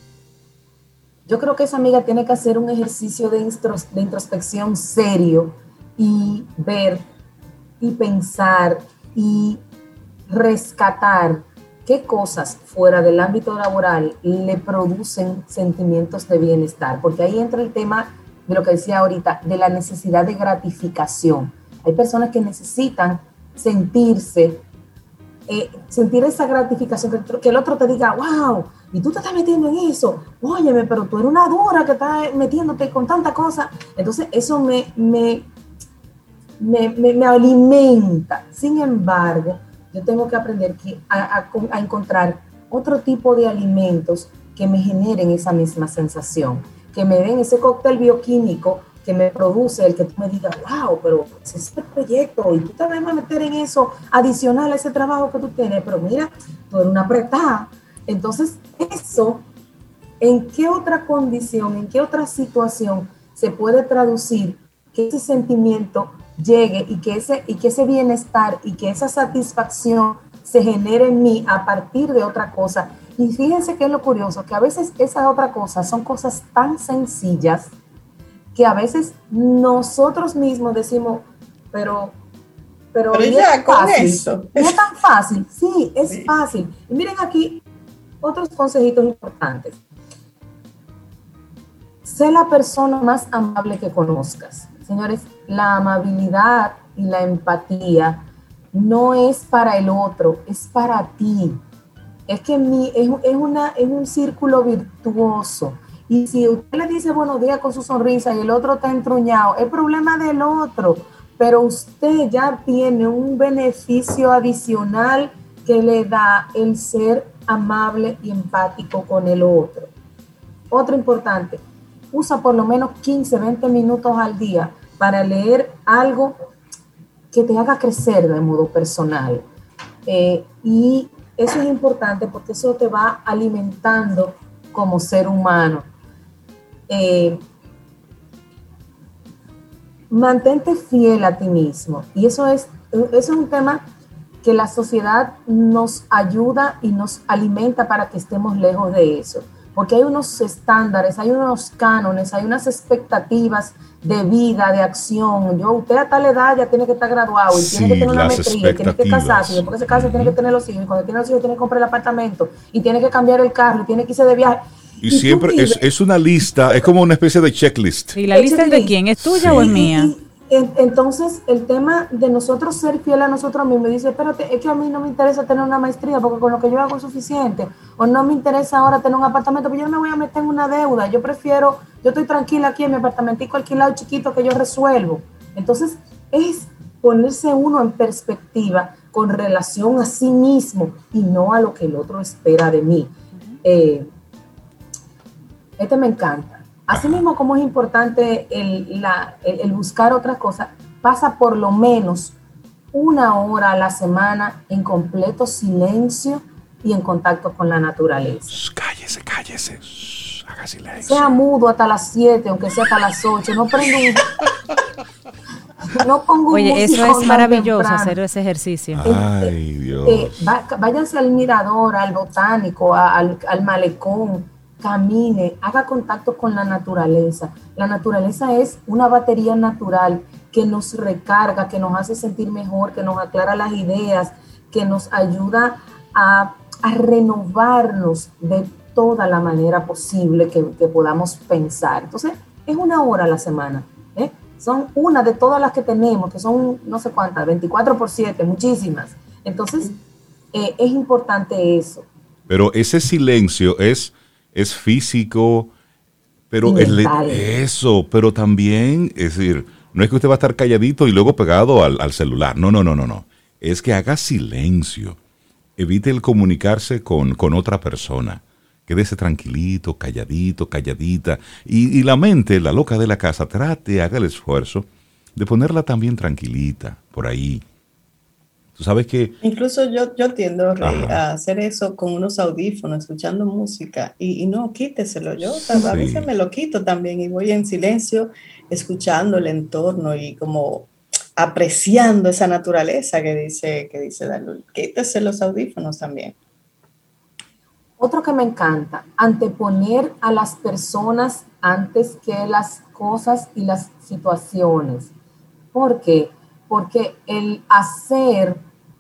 yo creo que esa amiga tiene que hacer un ejercicio de, intros, de introspección serio y ver y pensar y rescatar qué cosas fuera del ámbito laboral le producen sentimientos de bienestar, porque ahí entra el tema de lo que decía ahorita, de la necesidad de gratificación. Hay personas que necesitan sentirse, eh, sentir esa gratificación, que, que el otro te diga, wow, y tú te estás metiendo en eso, óyeme, pero tú eres una dura que estás metiéndote con tanta cosa. Entonces eso me, me, me, me, me alimenta. Sin embargo, yo tengo que aprender que, a, a, a encontrar otro tipo de alimentos que me generen esa misma sensación, que me den ese cóctel bioquímico que me produce el que tú me digas, wow, pero ese es el proyecto y tú te vas a meter en eso adicional a ese trabajo que tú tienes, pero mira, tú eres una apretada. Entonces, eso, ¿en qué otra condición, en qué otra situación se puede traducir que ese sentimiento llegue y que ese, y que ese bienestar y que esa satisfacción se genere en mí a partir de otra cosa? Y fíjense que es lo curioso, que a veces esas otras cosas son cosas tan sencillas que a veces nosotros mismos decimos, pero, pero, pero ya ya, es con fácil. eso. No es tan fácil, sí, es Sí. fácil. Y miren aquí otros consejitos importantes. Sé la persona más amable que conozcas. Señores, la amabilidad y la empatía no es para el otro, es para ti. Es que mi, es, es, una, es un círculo virtuoso. Y si usted le dice buenos días con su sonrisa y el otro está entruñado, es problema del otro. Pero usted ya tiene un beneficio adicional que le da el ser amable y empático con el otro. Otro importante, usa por lo menos quince, veinte minutos al día para leer algo que te haga crecer de modo personal. Eh, y eso es importante porque eso te va alimentando como ser humano. Eh, mantente fiel a ti mismo. Y eso es, eso es un tema que la sociedad nos ayuda y nos alimenta para que estemos lejos de eso. Porque hay unos estándares, hay unos cánones, hay unas expectativas de vida, de acción. Yo, usted a tal edad ya tiene que estar graduado y Sí, tiene que tener una las maestría, tiene que casarse, y después que se casa Ujú. tiene que tener los hijos, y cuando tiene los hijos tiene que comprar el apartamento, y tiene que cambiar el carro, y tiene que irse de viaje. Y, tú siempre es, vives- es una lista, es como una especie de checklist. ¿Y la lista es de quién? ¿Es tuya Sí. o es Y- mía? y- en- entonces, el tema de nosotros ser fiel a nosotros mismos, me dice, espérate, es que a mí no me interesa tener una maestría porque con lo que yo hago es suficiente, o no me interesa ahora tener un apartamento, pero yo no me voy a meter en una deuda, yo prefiero, yo estoy tranquila aquí en mi apartamentico alquilado chiquito que yo resuelvo. Entonces, es ponerse uno en perspectiva con relación a sí mismo y no a lo que el otro espera de mí. Eh, este me encanta. Asimismo, como es importante el, la, el, el buscar otras cosas, pasa por lo menos una hora a la semana en completo silencio y en contacto con la naturaleza. Shh, Cállese, cállese. Shh, Haga silencio. Sea mudo hasta las siete, aunque sea hasta las ocho. No prendo un... no pongo un Oye, eso musicón es tan maravilloso, temprano. hacer ese ejercicio. Ay, Dios. Eh, va- váyanse al mirador, al botánico, a- al, al malecón, camine, haga contacto con la naturaleza. La naturaleza es una batería natural que nos recarga, que nos hace sentir mejor, que nos aclara las ideas, que nos ayuda a, a renovarnos de toda la manera posible que, que podamos pensar. Entonces, es una hora a la semana, ¿eh? Son una de todas las que tenemos, que son no sé cuántas, veinticuatro por siete, muchísimas. Entonces, eh, es importante eso. Pero ese silencio es, es físico, pero Y es le- mental. eso, pero también, es decir, no es que usted va a estar calladito y luego pegado al, al celular. No, no, no, no, no. Es que haga silencio. Evite el comunicarse con, con otra persona. Quédese tranquilito, calladito, calladita. Y, y la mente, la loca de la casa, trate, haga el esfuerzo de ponerla también tranquilita, por ahí. Tú sabes que... Incluso yo, yo tiendo, Rey, Ajá. a hacer eso con unos audífonos, escuchando música, y, y no, quíteselo. Yo Sí. a veces me lo quito también y voy en silencio, escuchando el entorno y como apreciando esa naturaleza que dice, que dice Dalul. Quítese los audífonos también. Otro que me encanta, anteponer a las personas antes que las cosas y las situaciones. ¿Por qué? Porque el hacer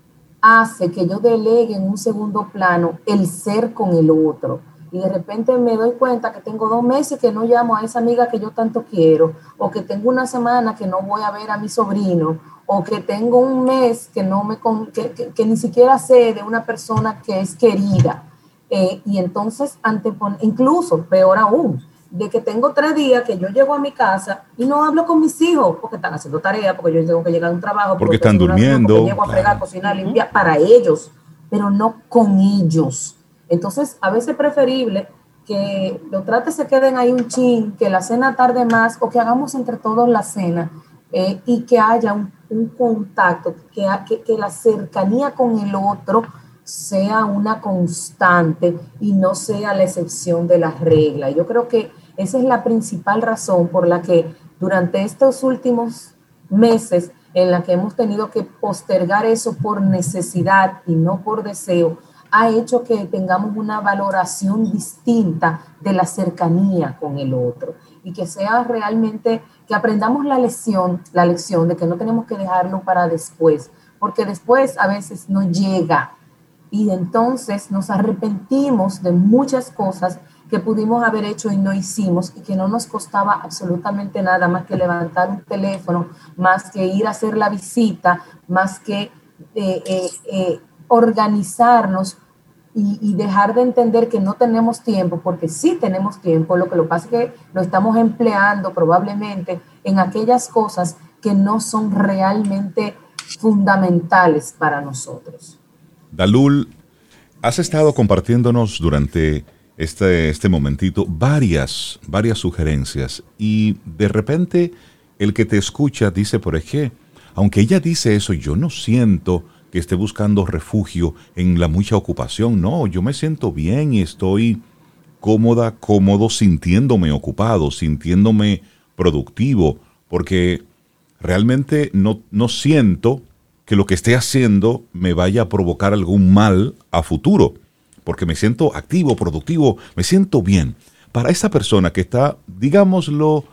hace que yo delegue en un segundo plano el ser con el otro. Y de repente me doy cuenta que tengo dos meses que no llamo a esa amiga que yo tanto quiero, o que tengo una semana que no voy a ver a mi sobrino, o que tengo un mes que, no me con, que, que, que ni siquiera sé de una persona que es querida. Eh, y entonces, antepon- incluso, peor aún, de que tengo tres días que yo llego a mi casa y no hablo con mis hijos porque están haciendo tareas, porque yo tengo que llegar a un trabajo, Porque estoy están haciendo una reunión, durmiendo, porque llego a fregar, claro. cocinar, limpiar para ellos, pero no con ellos. Entonces, a veces es preferible que los trates se queden ahí un chin, que la cena tarde más, o que hagamos entre todos la cena, eh, y que haya un, un contacto, que, que, que la cercanía con el otro sea una constante y no sea la excepción de la regla. Yo creo que esa es la principal razón por la que durante estos últimos meses en la que hemos tenido que postergar eso por necesidad y no por deseo, ha hecho que tengamos una valoración distinta de la cercanía con el otro y que sea realmente, que aprendamos la lección, la lección de que no tenemos que dejarlo para después, porque después a veces no llega y entonces nos arrepentimos de muchas cosas que pudimos haber hecho y no hicimos y que no nos costaba absolutamente nada más que levantar un teléfono, más que ir a hacer la visita, más que eh, eh, eh, organizarnos y, y dejar de entender que no tenemos tiempo, porque sí tenemos tiempo, lo que lo pasa es que lo estamos empleando probablemente en aquellas cosas que no son realmente fundamentales para nosotros. Dalul, has estado compartiéndonos durante este, este momentito varias, varias sugerencias y de repente el que te escucha dice, por ejemplo, aunque ella dice eso, yo no siento que esté buscando refugio en la mucha ocupación. No, yo me siento bien y estoy cómoda, cómodo, sintiéndome ocupado, sintiéndome productivo, porque realmente no, no siento que lo que esté haciendo me vaya a provocar algún mal a futuro, porque me siento activo, productivo, me siento bien. Para esa persona que está, digámoslo,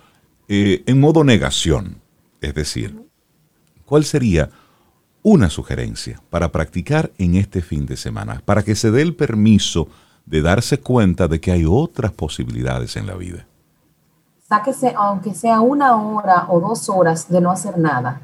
eh, en modo negación. Es decir, ¿cuál sería una sugerencia para practicar en este fin de semana? Para que se dé el permiso de darse cuenta de que hay otras posibilidades en la vida. Sáquese, aunque sea una hora o dos horas de no hacer nada.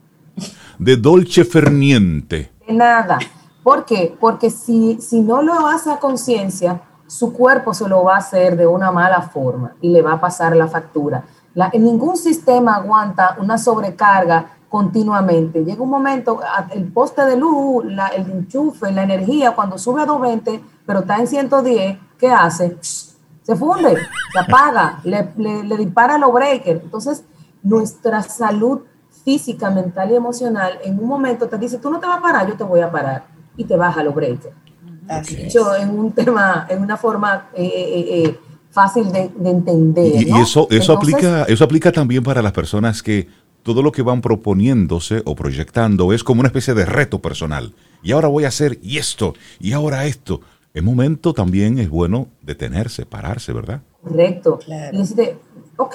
De dolce ferniente. De nada. ¿Por qué? Porque si, si no lo hace a conciencia, su cuerpo se lo va a hacer de una mala forma y le va a pasar la factura. La, ningún sistema aguanta una sobrecarga continuamente. Llega un momento, el poste de luz, la, el enchufe, la energía, cuando sube a doscientos veinte, pero está en ciento diez, ¿qué hace? Se funde, se apaga, le, le, le dispara los breakers. Entonces, nuestra salud física, mental y emocional, en un momento te dice, tú no te vas a parar, yo te voy a parar, y te baja los breakers. Así Dicho es. en un tema, en una forma eh, eh, eh, fácil de, de entender. Y, ¿no? y eso, eso, Entonces, aplica, eso aplica también para las personas que todo lo que van proponiéndose o proyectando es como una especie de reto personal. Y ahora voy a hacer y esto, y ahora esto. En momento también es bueno detenerse, pararse, ¿verdad? Correcto. Claro. Y decirte, ok,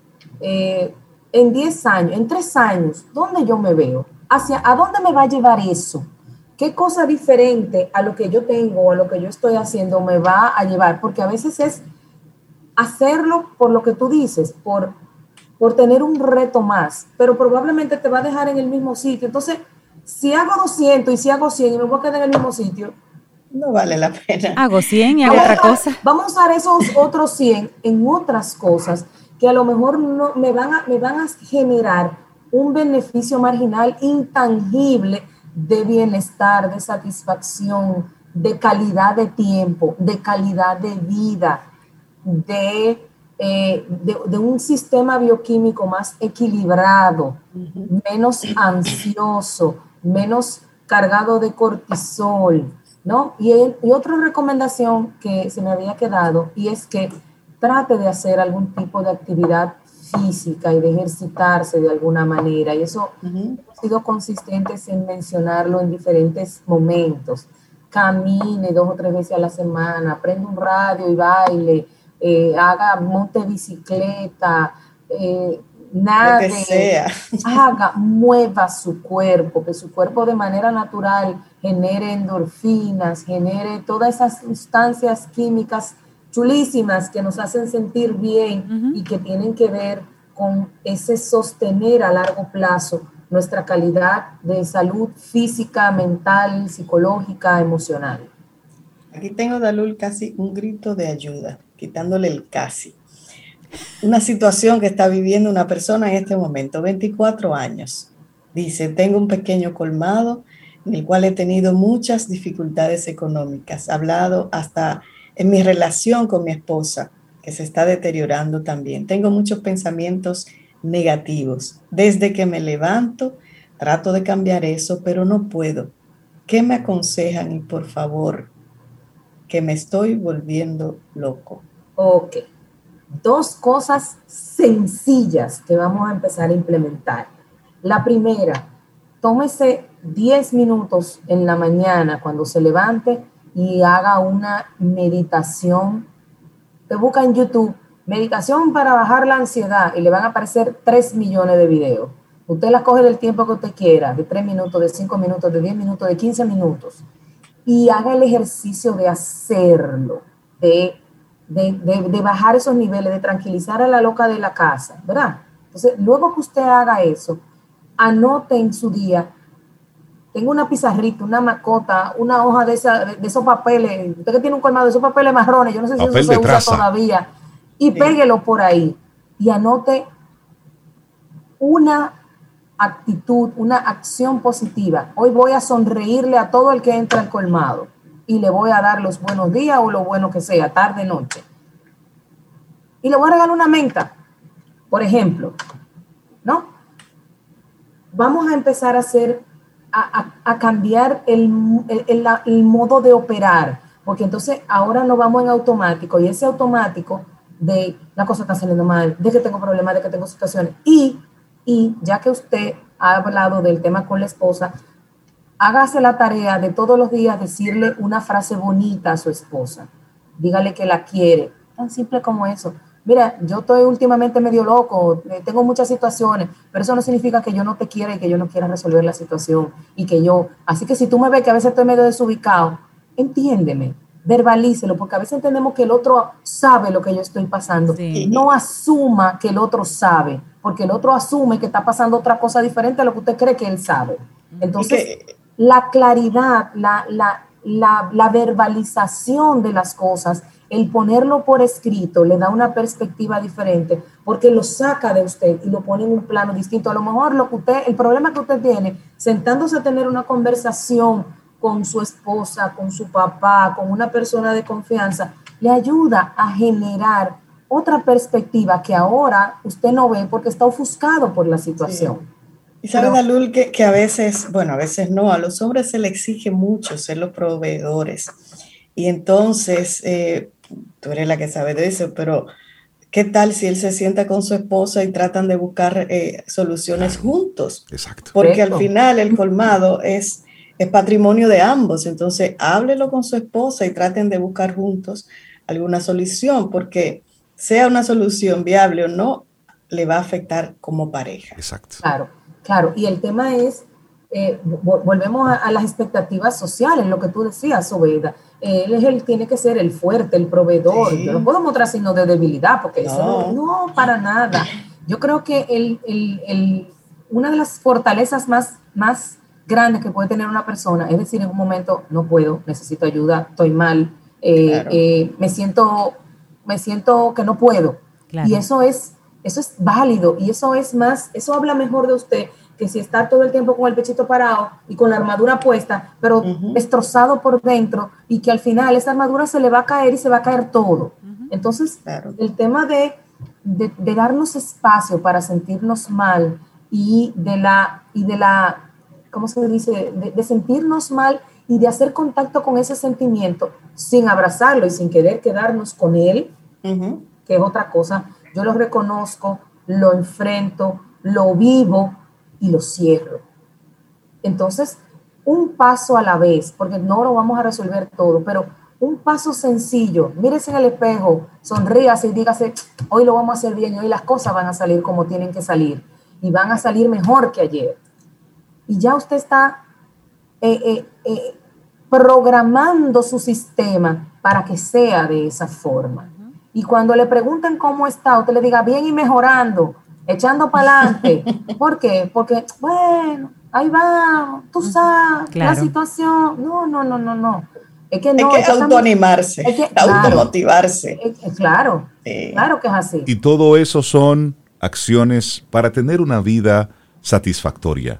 eh, en diez años, en tres años, ¿dónde yo me veo? ¿Hacia, ¿A dónde me va a llevar eso? ¿Qué cosa diferente a lo que yo tengo o a lo que yo estoy haciendo me va a llevar? Porque a veces es hacerlo por lo que tú dices, por, por tener un reto más, pero probablemente te va a dejar en el mismo sitio. Entonces, si hago doscientos y si hago cien y me voy a quedar en el mismo sitio, no vale la pena. Hago cien y hago otra cosa. Vamos a usar esos otros cien en otras cosas que a lo mejor no, me, van a, me van a generar un beneficio marginal intangible de bienestar, de satisfacción, de calidad de tiempo, de calidad de vida, de, eh, de, de un sistema bioquímico más equilibrado, uh-huh. menos ansioso, menos cargado de cortisol, ¿no? Y, y otra recomendación que se me había quedado, y es que trate de hacer algún tipo de actividad física y de ejercitarse de alguna manera, y eso uh-huh. hemos sido consistentes en mencionarlo en diferentes momentos. Camine dos o tres veces a la semana, prenda un radio y baile, eh, haga, monte bicicleta, eh, nade, lo que sea. haga, mueva su cuerpo, que su cuerpo de manera natural genere endorfinas, genere todas esas sustancias químicas chulísimas que nos hacen sentir bien uh-huh. y que tienen que ver con ese sostener a largo plazo nuestra calidad de salud física, mental, psicológica, emocional. Aquí tengo, Dalul, casi un grito de ayuda, quitándole el casi. Una situación que está viviendo una persona en este momento, veinticuatro años. Dice, tengo un pequeño colmado en el cual he tenido muchas dificultades económicas. He hablado hasta en mi relación con mi esposa, que se está deteriorando también. Tengo muchos pensamientos negativos. Desde que me levanto, trato de cambiar eso, pero no puedo. ¿Qué me aconsejan? Y por favor, que me estoy volviendo loco. Ok. Dos cosas sencillas que vamos a empezar a implementar. La primera, tómese diez minutos en la mañana cuando se levante y haga una meditación. Te busca en YouTube, meditación para bajar la ansiedad, y le van a aparecer tres millones de videos. Usted la coge del tiempo que usted quiera, de tres minutos, de cinco minutos, de diez minutos, de quince minutos, y haga el ejercicio de hacerlo, de, de, de, de bajar esos niveles, de tranquilizar a la loca de la casa, ¿verdad? Entonces, luego que usted haga eso, anote en su día. Tengo una pizarrita, una macota, una hoja de, esa, de, de esos papeles. Usted que tiene un colmado de esos papeles marrones, yo no sé si Papel eso se usa traza. todavía. Y sí. Péguelo por ahí. Y anote una actitud, una acción positiva. Hoy voy a sonreírle a todo el que entra al colmado. Y le voy a dar los buenos días o lo bueno que sea, tarde, noche. Y le voy a regalar una menta, por ejemplo. ¿No? Vamos a empezar a hacer... A, a, a cambiar el, el, el, el modo de operar, porque entonces ahora nos vamos en automático, y ese automático de la cosa está saliendo mal, de que tengo problemas, de que tengo situaciones, y, y ya que usted ha hablado del tema con la esposa, hágase la tarea de todos los días decirle una frase bonita a su esposa, dígale que la quiere, tan simple como eso, mira, yo estoy últimamente medio loco, eh, tengo muchas situaciones, pero eso no significa que yo no te quiera y que yo no quiera resolver la situación y que yo, así que si tú me ves que a veces estoy medio desubicado, entiéndeme, verbalícelo, porque a veces entendemos que el otro sabe lo que yo estoy pasando. Sí. No asuma que el otro sabe, porque el otro asume que está pasando otra cosa diferente a lo que usted cree que él sabe. Entonces, que, la claridad, la, la, la, la verbalización de las cosas, el ponerlo por escrito, le da una perspectiva diferente, porque lo saca de usted y lo pone en un plano distinto. A lo mejor lo que usted, el problema que usted tiene, sentándose a tener una conversación con su esposa, con su papá, con una persona de confianza, le ayuda a generar otra perspectiva que ahora usted no ve porque está ofuscado por la situación. Sí. Y sabe, Dalul, que, que a veces, bueno, a veces no, a los hombres se les exige mucho ser los proveedores. Y entonces, eh, tú eres la que sabe de eso, pero ¿qué tal si él se sienta con su esposa y tratan de buscar eh, soluciones juntos? Exacto. Porque al final el colmado es, es patrimonio de ambos. Entonces, háblelo con su esposa y traten de buscar juntos alguna solución, porque sea una solución viable o no, le va a afectar como pareja. Exacto. Claro, claro. Y el tema es, eh, volvemos a, a las expectativas sociales, lo que tú decías, Sobeida. Él es el, tiene que ser el fuerte, el proveedor. Sí. Yo no puedo mostrar signos de debilidad, porque no, eso no, no, para nada. Yo creo que el, el, el, una de las fortalezas más, más grandes que puede tener una persona es decir en un momento, no puedo, necesito ayuda, estoy mal, eh, claro. eh, me siento, me siento que no puedo. Claro. Y eso es, eso es válido, y eso es más, eso habla mejor de usted que si está todo el tiempo con el pechito parado y con la armadura puesta, pero uh-huh. destrozado por dentro, y que al final esa armadura se le va a caer y se va a caer todo. Uh-huh. Entonces, claro. el tema de, de, de darnos espacio para sentirnos mal y de la, y de la ¿cómo se dice? De, de sentirnos mal y de hacer contacto con ese sentimiento sin abrazarlo y sin querer quedarnos con él, uh-huh. que es otra cosa. Yo lo reconozco, lo enfrento, lo vivo y lo cierro. Entonces, un paso a la vez, porque no lo vamos a resolver todo, pero un paso sencillo. Mírese en el espejo, sonríase y dígase, hoy lo vamos a hacer bien, hoy las cosas van a salir como tienen que salir y van a salir mejor que ayer. Y ya usted está eh, eh, eh, programando su sistema para que sea de esa forma. Uh-huh. Y cuando le pregunten cómo está, usted le diga, bien y mejorando, echando para adelante. ¿Por qué? Porque, bueno, ahí va, tú sabes, claro. la situación. No, no, no, no, no. Es que no. Hay que autoanimarse, es que, automotivarse. Claro, es, claro, sí. claro que es así. Y todo eso son acciones para tener una vida satisfactoria.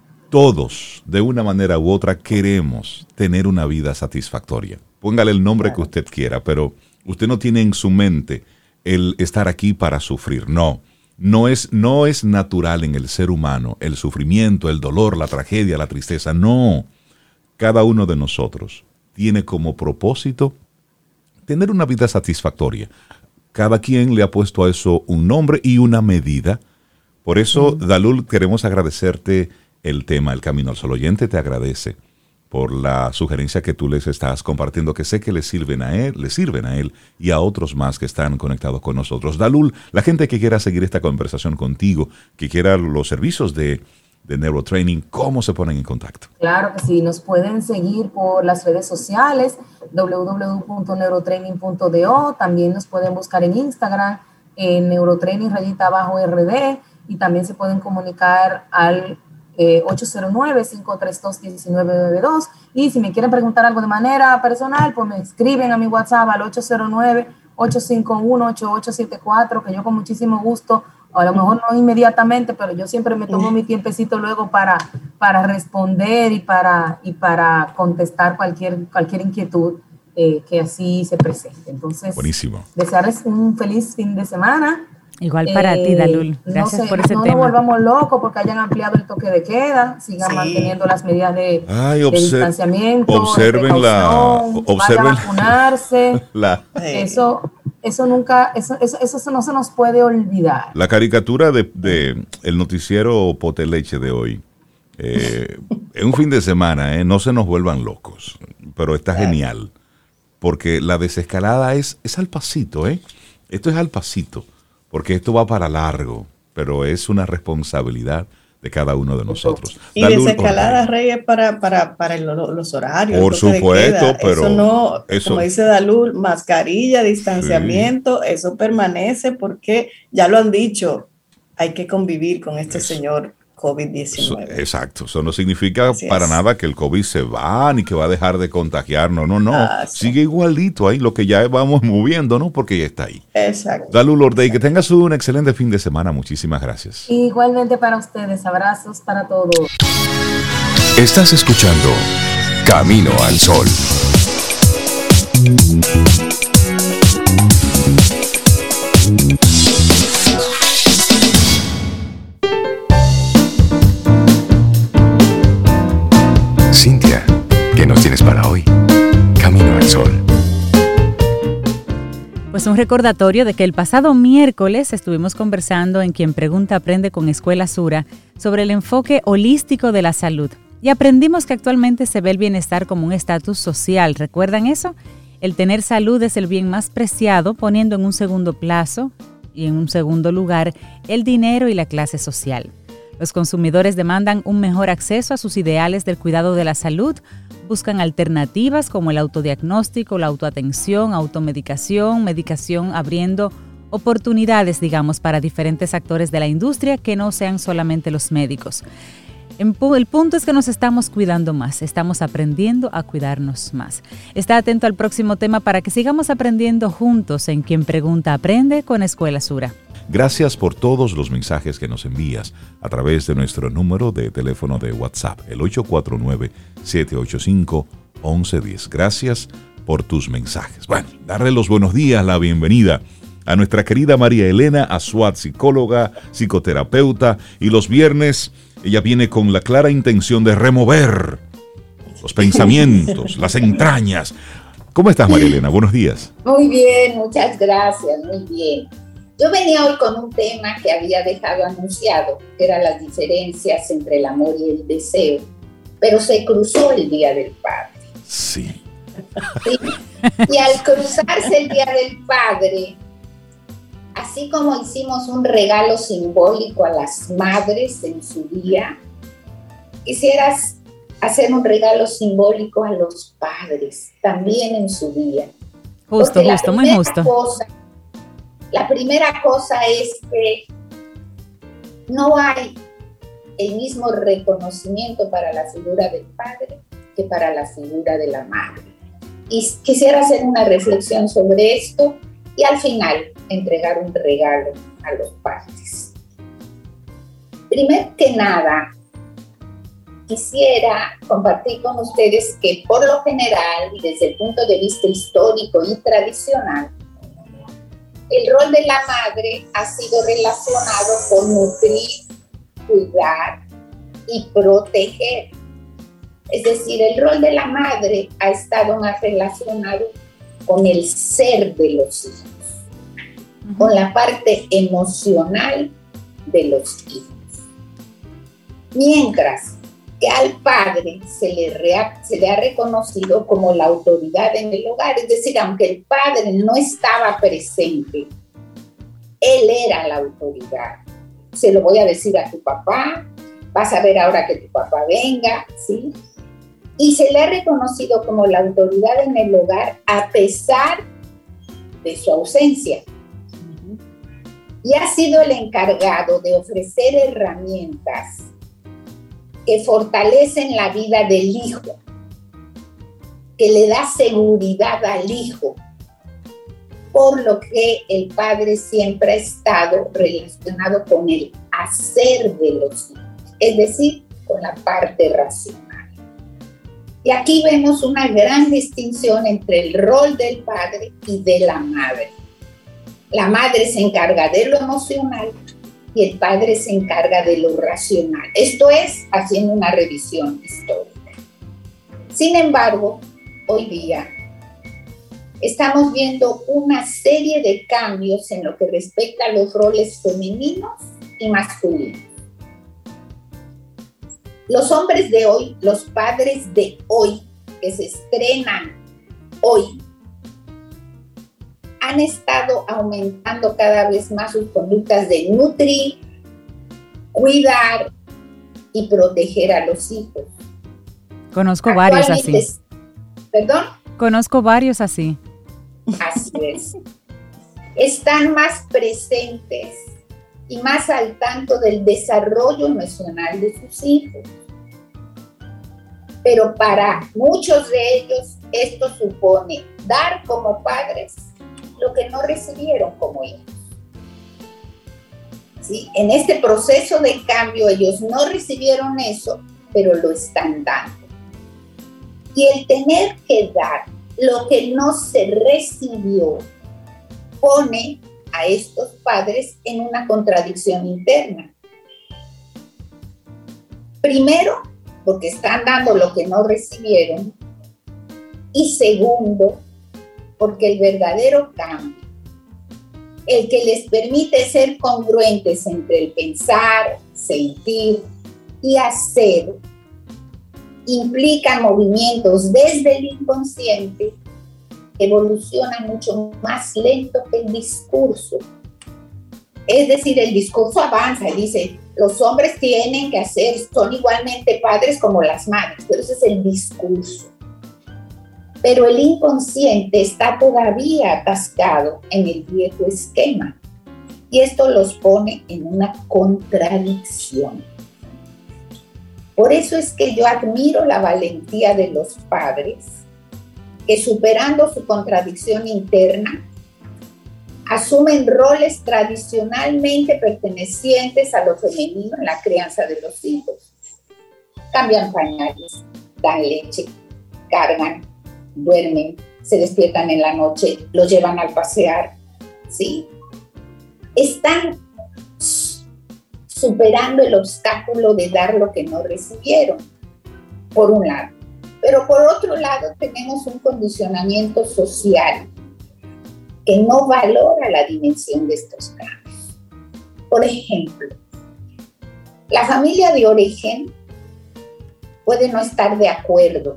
Todos, de una manera u otra, queremos tener una vida satisfactoria. Póngale el nombre claro. que usted quiera, pero usted no tiene en su mente el estar aquí para sufrir. No, no es, no es natural en el ser humano el sufrimiento, el dolor, la tragedia, la tristeza. No, cada uno de nosotros tiene como propósito tener una vida satisfactoria. Cada quien le ha puesto a eso un nombre y una medida. Por eso, mm. Dalul, queremos agradecerte el tema, el Camino al Sol. Oyente te agradece por la sugerencia que tú les estás compartiendo, que sé que le sirven a él, le sirven a él y a otros más que están conectados con nosotros. Dalul, la gente que quiera seguir esta conversación contigo, que quiera los servicios de, de Neurotraining, ¿cómo se ponen en contacto? Claro que sí, nos pueden seguir por las redes sociales, doble u doble u doble u punto neurotraining punto do, también nos pueden buscar en Instagram, en Neurotraining rayita abajo R D, y también se pueden comunicar al Eh, ocho cero nueve, cinco tres dos, uno nueve nueve dos, y si me quieren preguntar algo de manera personal, pues me escriben a mi WhatsApp al ocho cero nueve, ocho cinco uno, ocho ocho siete cuatro, que yo con muchísimo gusto, a lo mejor no inmediatamente, pero yo siempre me tomo mi tiempecito luego para, para responder y para, y para contestar cualquier, cualquier inquietud eh, que así se presente. Entonces, buenísimo. Desearles un feliz fin de semana. Igual para eh, ti, Dalul. Gracias no sé, por ese no tema. No nos volvamos locos porque hayan ampliado el toque de queda, sigan sí. manteniendo las medidas de, Ay, de distanciamiento, observen de la, observen vayan a vacunarse. La, eso, eso nunca, eso, eso, eso no se nos puede olvidar. La caricatura de, de el noticiero Pote Leche de hoy, eh, en un fin de semana, eh, no se nos vuelvan locos, pero está claro. genial, porque la desescalada es, es al pasito, ¿eh? Esto es al pasito, porque esto va para largo, pero es una responsabilidad de cada uno de nosotros. Y desescalada, Reyes, para, para, para el, los horarios. Por supuesto, pero... Eso no, eso, como dice Dalul, mascarilla, distanciamiento, sí. Eso permanece porque, ya lo han dicho, hay que convivir con este eso. señor COVID diecinueve. Exacto, eso no significa Así para es. nada que el COVID se va, ni que va a dejar de contagiarnos, no, no, ah, sí. sigue igualito ahí, lo que ya vamos moviendo, ¿no? Porque ya está ahí. Exacto. Dalul Ordey, que tengas un excelente fin de semana, muchísimas gracias. Igualmente para ustedes, abrazos para todos. Estás escuchando Camino al Sol. Cintia, ¿qué nos tienes para hoy? Camino al Sol. Pues un recordatorio de que el pasado miércoles estuvimos conversando en Quien Pregunta Aprende con Escuela Sura sobre el enfoque holístico de la salud. Y aprendimos que actualmente se ve el bienestar como un estatus social. ¿Recuerdan eso? El tener salud es el bien más preciado, poniendo en un segundo plazo y en un segundo lugar el dinero y la clase social. Los consumidores demandan un mejor acceso a sus ideales del cuidado de la salud, buscan alternativas como el autodiagnóstico, la autoatención, automedicación, medicación, abriendo oportunidades, digamos, para diferentes actores de la industria que no sean solamente los médicos. El punto es que nos estamos cuidando más, estamos aprendiendo a cuidarnos más. Está atento al próximo tema para que sigamos aprendiendo juntos en Quien Pregunta Aprende con Escuela Sura. Gracias por todos los mensajes que nos envías a través de nuestro número de teléfono de WhatsApp, el ocho cuatro nueve, siete ocho cinco, once diez. Gracias por tus mensajes. Bueno, darle los buenos días, la bienvenida a nuestra querida María Elena Azuat, psicóloga, psicoterapeuta, y los viernes ella viene con la clara intención de remover los pensamientos, las entrañas. ¿Cómo estás, María Elena? Buenos días. Muy bien, muchas gracias, muy bien. Yo venía hoy con un tema que había dejado anunciado, que eran las diferencias entre el amor y el deseo, pero se cruzó el Día del Padre. Sí. ¿Sí? Y al cruzarse el Día del Padre, así como hicimos un regalo simbólico a las madres en su día, quisieras hacer un regalo simbólico a los padres también en su día. Justo, Porque justo, muy justo. Cosa, La primera cosa es que no hay el mismo reconocimiento para la figura del padre que para la figura de la madre. Y quisiera hacer una reflexión sobre esto y al final entregar un regalo a los padres. Primero que nada, quisiera compartir con ustedes que por lo general y desde el punto de vista histórico y tradicional, el rol de la madre ha sido relacionado con nutrir, cuidar y proteger. Es decir, el rol de la madre ha estado más relacionado con el ser de los hijos, uh-huh. con la parte emocional de los hijos. Mientras que al padre se le, rea, se le ha reconocido como la autoridad en el hogar, es decir, aunque el padre no estaba presente, él era la autoridad. Se lo voy a decir a tu papá, vas a ver ahora que tu papá venga, ¿sí? Y se le ha reconocido como la autoridad en el hogar a pesar de su ausencia. Y ha sido el encargado de ofrecer herramientas que fortalecen la vida del hijo, que le da seguridad al hijo, por lo que el padre siempre ha estado relacionado con el hacer de los hijos, es decir, con la parte racional. Y aquí vemos una gran distinción entre el rol del padre y de la madre. La madre se encarga de lo emocional y el padre se encarga de lo racional. Esto es haciendo una revisión histórica. Sin embargo, hoy día estamos viendo una serie de cambios en lo que respecta a los roles femeninos y masculinos. Los hombres de hoy, los padres de hoy, que se estrenan hoy, han estado aumentando cada vez más sus conductas de nutrir, cuidar y proteger a los hijos. Conozco varios así. ¿Perdón? Conozco varios así. Así es. Están más presentes y más al tanto del desarrollo emocional de sus hijos. Pero para muchos de ellos esto supone dar como padres lo que no recibieron como hijos. ¿Sí? En este proceso de cambio ellos no recibieron eso, pero lo están dando. Y el tener que dar lo que no se recibió pone a estos padres en una contradicción interna. Primero, porque están dando lo que no recibieron. Y segundo, porque el verdadero cambio, el que les permite ser congruentes entre el pensar, sentir y hacer, implica movimientos desde el inconsciente que evolucionan mucho más lento que el discurso. Es decir, el discurso avanza y dice, los hombres tienen que hacer, son igualmente padres como las madres, pero ese es el discurso. Pero el inconsciente está todavía atascado en el viejo esquema y esto los pone en una contradicción. Por eso es que yo admiro la valentía de los padres que, superando su contradicción interna, asumen roles tradicionalmente pertenecientes a lo femenino en la crianza de los hijos. Cambian pañales, dan leche, cargan, duermen, se despiertan en la noche, los llevan al pasear, ¿sí? Están superando el obstáculo de dar lo que no recibieron, por un lado. Pero por otro lado tenemos un condicionamiento social que no valora la dimensión de estos cambios. Por ejemplo, la familia de origen puede no estar de acuerdo.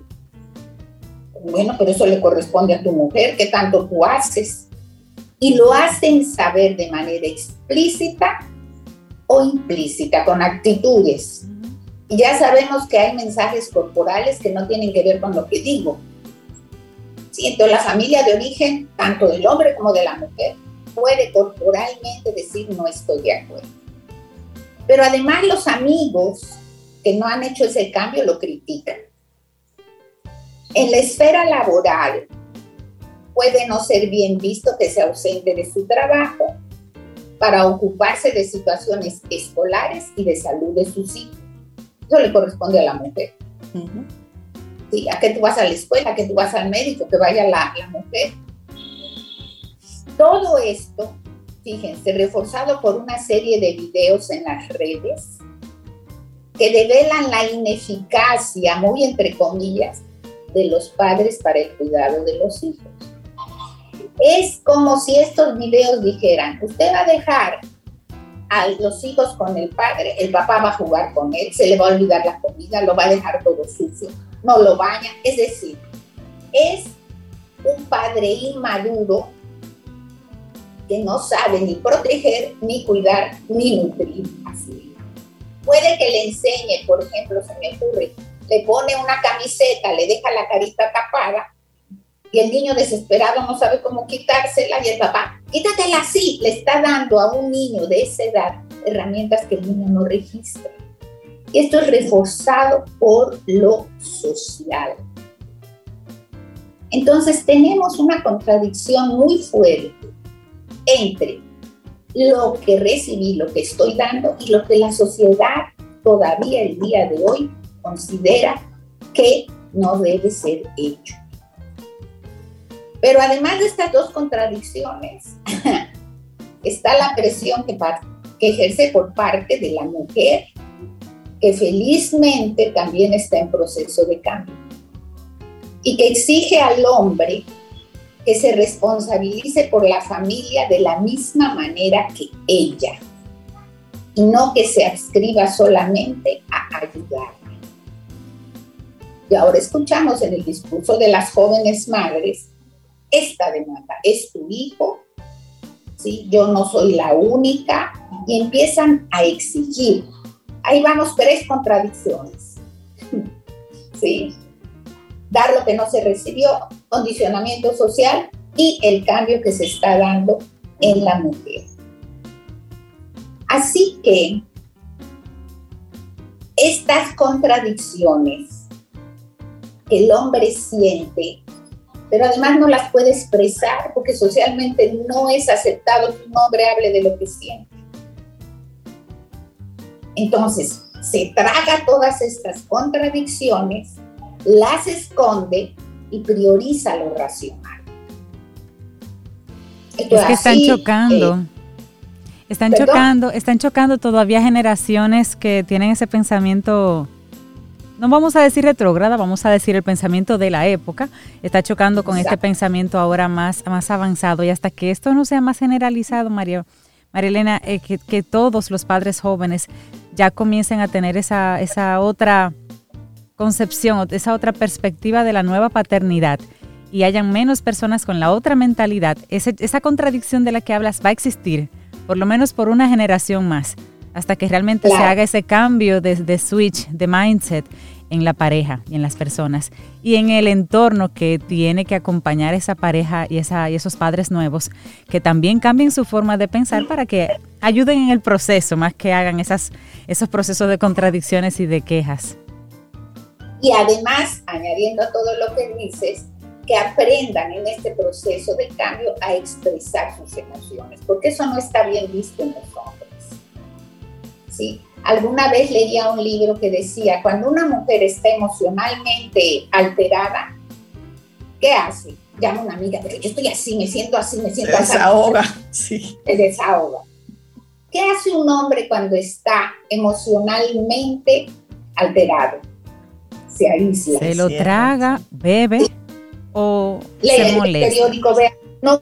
Bueno, pero eso le corresponde a tu mujer, ¿qué tanto tú haces? Y lo hacen saber de manera explícita o implícita, con actitudes. Y ya sabemos que hay mensajes corporales que no tienen que ver con lo que digo. Sí, entonces la familia de origen, tanto del hombre como de la mujer, puede corporalmente decir no estoy de acuerdo. Pero además los amigos que no han hecho ese cambio lo critican. En la esfera laboral puede no ser bien visto que se ausente de su trabajo para ocuparse de situaciones escolares y de salud de sus hijos. Eso le corresponde a la mujer. Uh-huh. Sí, a que tú vas a la escuela, a que tú vas al médico, que vaya la, la mujer. Todo esto, fíjense, reforzado por una serie de videos en las redes que develan la ineficacia, muy entre comillas, de los padres para el cuidado de los hijos. Es como si estos videos dijeran, usted va a dejar a los hijos con el padre, el papá va a jugar con él, se le va a olvidar la comida, lo va a dejar todo sucio, no lo baña. Es decir, es un padre inmaduro que no sabe ni proteger, ni cuidar, ni nutrir así. Puede que le enseñe, por ejemplo, se me ocurre, le pone una camiseta, le deja la carita tapada y el niño desesperado no sabe cómo quitársela y el papá, quítatela así, le está dando a un niño de esa edad herramientas que el niño no registra. Y esto es reforzado por lo social. Entonces tenemos una contradicción muy fuerte entre lo que recibí, lo que estoy dando y lo que la sociedad todavía el día de hoy considera que no debe ser hecho. Pero además de estas dos contradicciones, está la presión que, que ejerce por parte de la mujer, que felizmente también está en proceso de cambio, y que exige al hombre que se responsabilice por la familia de la misma manera que ella, y no que se adscriba solamente a ayudar. Y ahora escuchamos en el discurso de las jóvenes madres esta demanda: es tu hijo, ¿sí? Yo no soy la única, y empiezan a exigir. Ahí vamos, tres contradicciones, ¿sí? Dar lo que no se recibió, condicionamiento social y el cambio que se está dando en la mujer. Así que estas contradicciones que el hombre siente, pero además no las puede expresar porque socialmente no es aceptado que un hombre hable de lo que siente. Entonces, se traga todas estas contradicciones, las esconde y prioriza lo racional. Esto es que están así, chocando. Eh, están ¿perdón? chocando, están chocando todavía generaciones que tienen ese pensamiento, no vamos a decir retrógrada, vamos a decir el pensamiento de la época. Está chocando con Exacto. este pensamiento ahora más, más avanzado, y hasta que esto no sea más generalizado, María, María Elena, eh, que, que todos los padres jóvenes ya comiencen a tener esa, esa otra concepción, esa otra perspectiva de la nueva paternidad, y hayan menos personas con la otra mentalidad. Ese, esa contradicción de la que hablas va a existir, por lo menos por una generación más, hasta que realmente claro. se haga ese cambio de, de switch, de mindset en la pareja y en las personas y en el entorno que tiene que acompañar esa pareja y, esa, y esos padres nuevos, que también cambien su forma de pensar para que ayuden en el proceso, más que hagan esas, esos procesos de contradicciones y de quejas. Y además, añadiendo a todo lo que dices, que aprendan en este proceso de cambio a expresar sus emociones, porque eso no está bien visto en los hombres, ¿sí? Alguna vez leía un libro que decía, cuando una mujer está emocionalmente alterada, ¿qué hace? Llama a una amiga, pero yo estoy así, me siento así, me siento así. Se desahoga, sí. Se desahoga. ¿Qué hace un hombre cuando está emocionalmente alterado? Se aísla. Se lo traga, bebe sí. o lee se el molesta. Periódico, vea, no.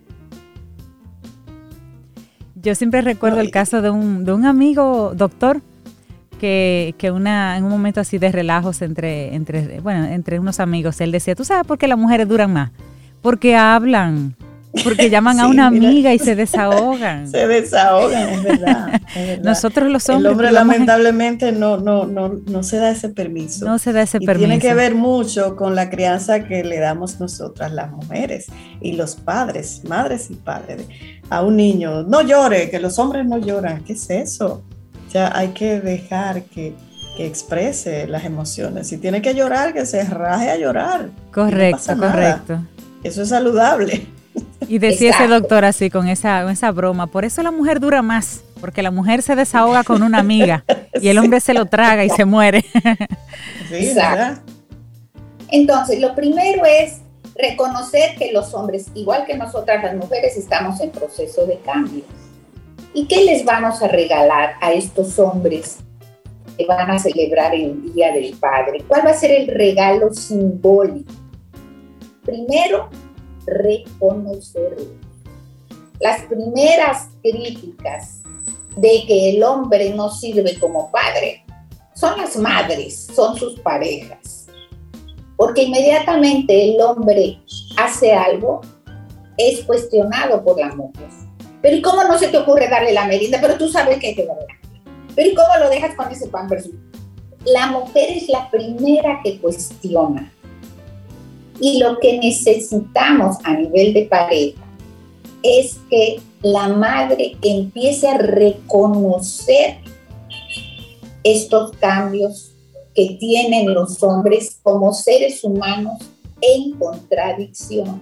Yo siempre recuerdo no, el caso de un, de un amigo doctor que, que una, en un momento así de relajos entre, entre, bueno, entre unos amigos, él decía, ¿tú sabes por qué las mujeres duran más? Porque hablan, porque llaman sí, a una amiga mira, y se desahogan. Se desahogan, es verdad, es verdad. Nosotros los hombres... El hombre lamentablemente no, no, no, no se da ese permiso. No se da ese y permiso. Tiene que ver mucho con la crianza que le damos nosotras las mujeres y los padres, madres y padres. A un niño, no llore, que los hombres no lloran. ¿Qué es eso? Ya hay que dejar que, que exprese las emociones. Si tiene que llorar, que se raje a llorar. Correcto, no correcto. Nada. Eso es saludable. Y decía Exacto. ese doctor así, con esa, con esa broma, por eso la mujer dura más, porque la mujer se desahoga con una amiga y el hombre sí. se lo traga y se muere. Sí, ¿verdad? Entonces, lo primero es reconocer que los hombres, igual que nosotras las mujeres, estamos en proceso de cambio. ¿Y qué les vamos a regalar a estos hombres que van a celebrar el Día del Padre? ¿Cuál va a ser el regalo simbólico? Primero, reconocerlo. Las primeras críticas de que el hombre no sirve como padre son las madres, son sus parejas. Porque inmediatamente el hombre hace algo, es cuestionado por la mujer. Pero ¿y cómo no se te ocurre darle la merienda? Pero tú sabes que hay que darle la merienda. Pero ¿y cómo lo dejas con ese pan versus? La mujer es la primera que cuestiona. Y lo que necesitamos a nivel de pareja es que la madre empiece a reconocer estos cambios que tienen los hombres como seres humanos en contradicción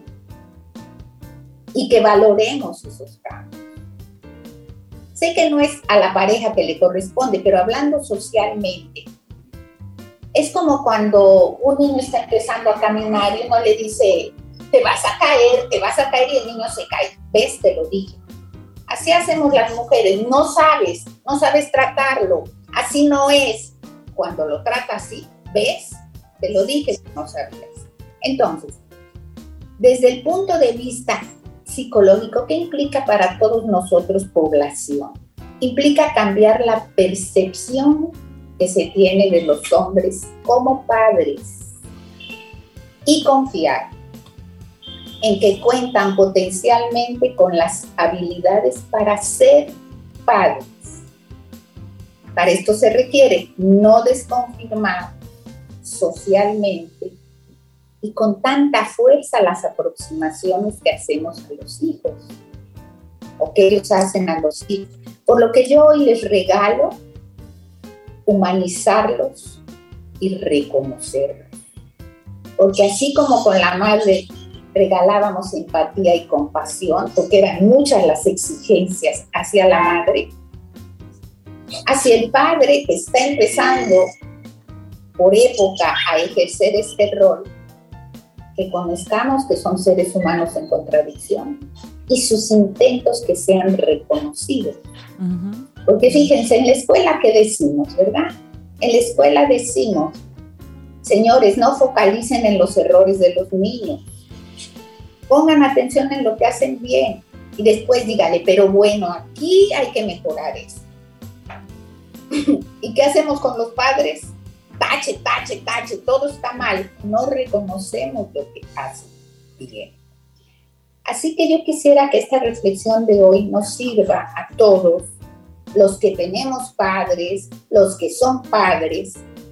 y que valoremos esos cambios. Sé que no es a la pareja que le corresponde, pero hablando socialmente, es como cuando un niño está empezando a caminar y uno le dice, te vas a caer, te vas a caer, y el niño se cae. ¿Ves? Te lo dije. Así hacemos las mujeres. No sabes, no sabes tratarlo. Así no es. Cuando lo trata así, ¿ves? Te lo dije, no sabías. Entonces, desde el punto de vista psicológico, ¿qué implica para todos nosotros población? Implica cambiar la percepción que se tiene de los hombres como padres y confiar en que cuentan potencialmente con las habilidades para ser padres. Para esto se requiere no desconfirmar socialmente y con tanta fuerza las aproximaciones que hacemos a los hijos o que ellos hacen a los hijos. Por lo que yo hoy les regalo humanizarlos y reconocerlos. Porque así como con la madre regalábamos empatía y compasión, porque eran muchas las exigencias hacia la madre, hacia el padre que está empezando por época a ejercer este rol, que conozcamos que son seres humanos en contradicción y sus intentos que sean reconocidos. Uh-huh. Porque fíjense, en la escuela, ¿qué decimos, verdad? En la escuela decimos, señores, no focalicen en los errores de los niños, pongan atención en lo que hacen bien y después dígale, pero bueno, aquí hay que mejorar eso. ¿Y qué hacemos con los padres? Tache, tache, tache, todo está mal. No reconocemos lo que hacen bien. Así que yo quisiera que esta reflexión de hoy nos sirva a todos, los que tenemos padres, los que son padres,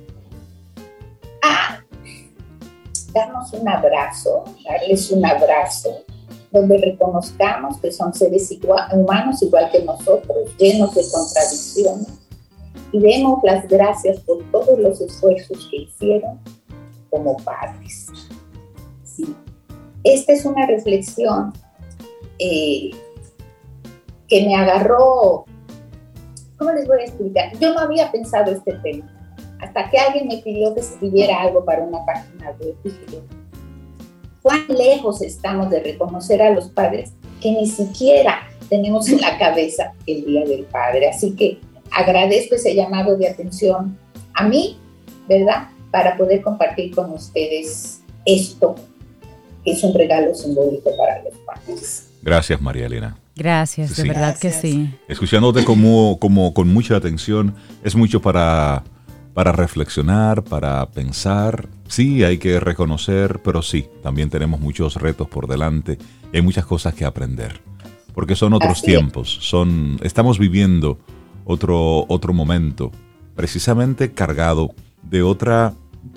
a darnos un abrazo, darles un abrazo, donde reconozcamos que son seres igual, humanos igual que nosotros, llenos de contradicciones, y demos las gracias por todos los esfuerzos que hicieron como padres. Sí. Esta es una reflexión eh, que me agarró, ¿cómo les voy a explicar? Yo no había pensado este tema, hasta que alguien me pidió que escribiera algo para una página web. Dije yo, ¿cuán lejos estamos de reconocer a los padres que ni siquiera tenemos en la cabeza el Día del Padre? Así que agradezco ese llamado de atención a mí, ¿verdad? Para poder compartir con ustedes esto, que es un regalo simbólico para los padres. Gracias, María Elena. Gracias, de sí. verdad Gracias. que sí. Escuchándote como, como con mucha atención, es mucho para, para reflexionar, para pensar. Sí, hay que reconocer, pero sí, también tenemos muchos retos por delante y hay muchas cosas que aprender. Porque son otros Así tiempos, son, estamos viviendo otro, otro momento, precisamente cargado de otra,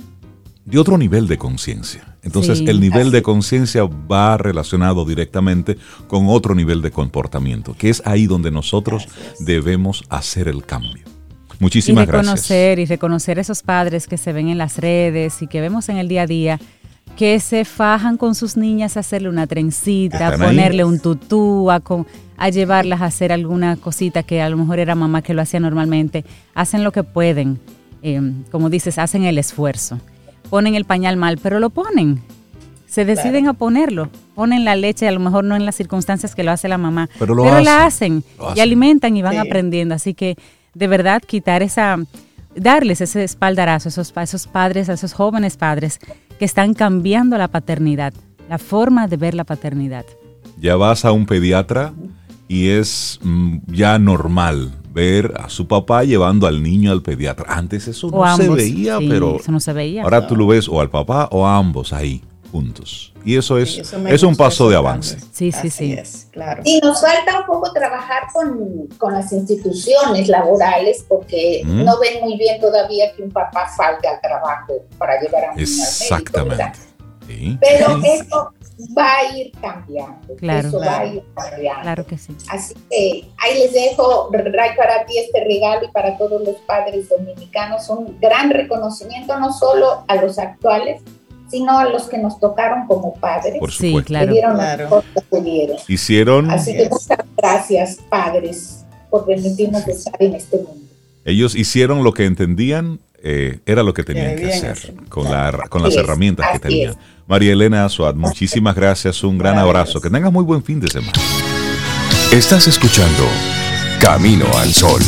de otro nivel de conciencia. Entonces, sí, el nivel de conciencia va relacionado directamente con otro nivel de comportamiento, que es ahí donde nosotros Gracias. debemos hacer el cambio. Muchísimas gracias. Y reconocer, gracias. y reconocer esos padres que se ven en las redes y que vemos en el día a día, que se fajan con sus niñas a hacerle una trencita, a ponerle ahí? un tutú, a, a llevarlas a hacer alguna cosita que a lo mejor era mamá que lo hacía normalmente. Hacen lo que pueden, eh, como dices, hacen el esfuerzo. Ponen el pañal mal, pero lo ponen. Se deciden claro. a ponerlo. Ponen la leche, a lo mejor no en las circunstancias que lo hace la mamá, pero, lo pero hacen, la hacen, lo hacen y alimentan y van sí. aprendiendo. Así que, de verdad, quitar esa, darles ese espaldarazo a esos, a esos padres, a esos jóvenes padres que están cambiando la paternidad, la forma de ver la paternidad. Ya vas a un pediatra y es mm, ya normal ver a su papá llevando al niño al pediatra. Antes eso no ambos, se veía, sí, pero eso no se veía. ahora no. tú lo ves o al papá o a ambos ahí, juntos. Y eso es, sí, eso es un paso de avance. Sí, sí, sí. Es, claro. Y nos falta un poco trabajar con, con las instituciones laborales porque mm. no ven muy bien todavía que un papá falte al trabajo para llevar a un niño al médico. Exactamente. Sí. Pero eso va a ir cambiando. Claro, eso claro. va a ir cambiando. Claro que sí. Así que ahí les dejo, Ray, para ti este regalo y para todos los padres dominicanos, un gran reconocimiento no solo a los actuales, sino a los que nos tocaron como padres. Por supuesto. Sí, claro. Que dieron claro. las cosas que dieron. Hicieron. Así que muchas gracias, padres, por permitirnos estar en este mundo. Ellos hicieron lo que entendían, eh, era lo que tenían que, que hacer, hacer con, la, con las es, herramientas que tenían. Es. María Elena Azuad, muchísimas gracias, un gran gracias. abrazo, que tengas muy buen fin de semana. Estás escuchando Camino al Sol.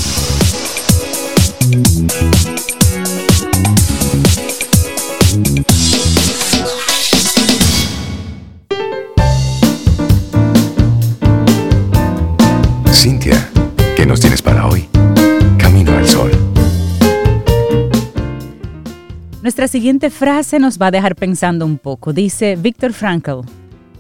Cintia, ¿qué nos tienes para hoy? Camino al Sol. Nuestra siguiente frase nos va a dejar pensando un poco. Dice Viktor Frankl: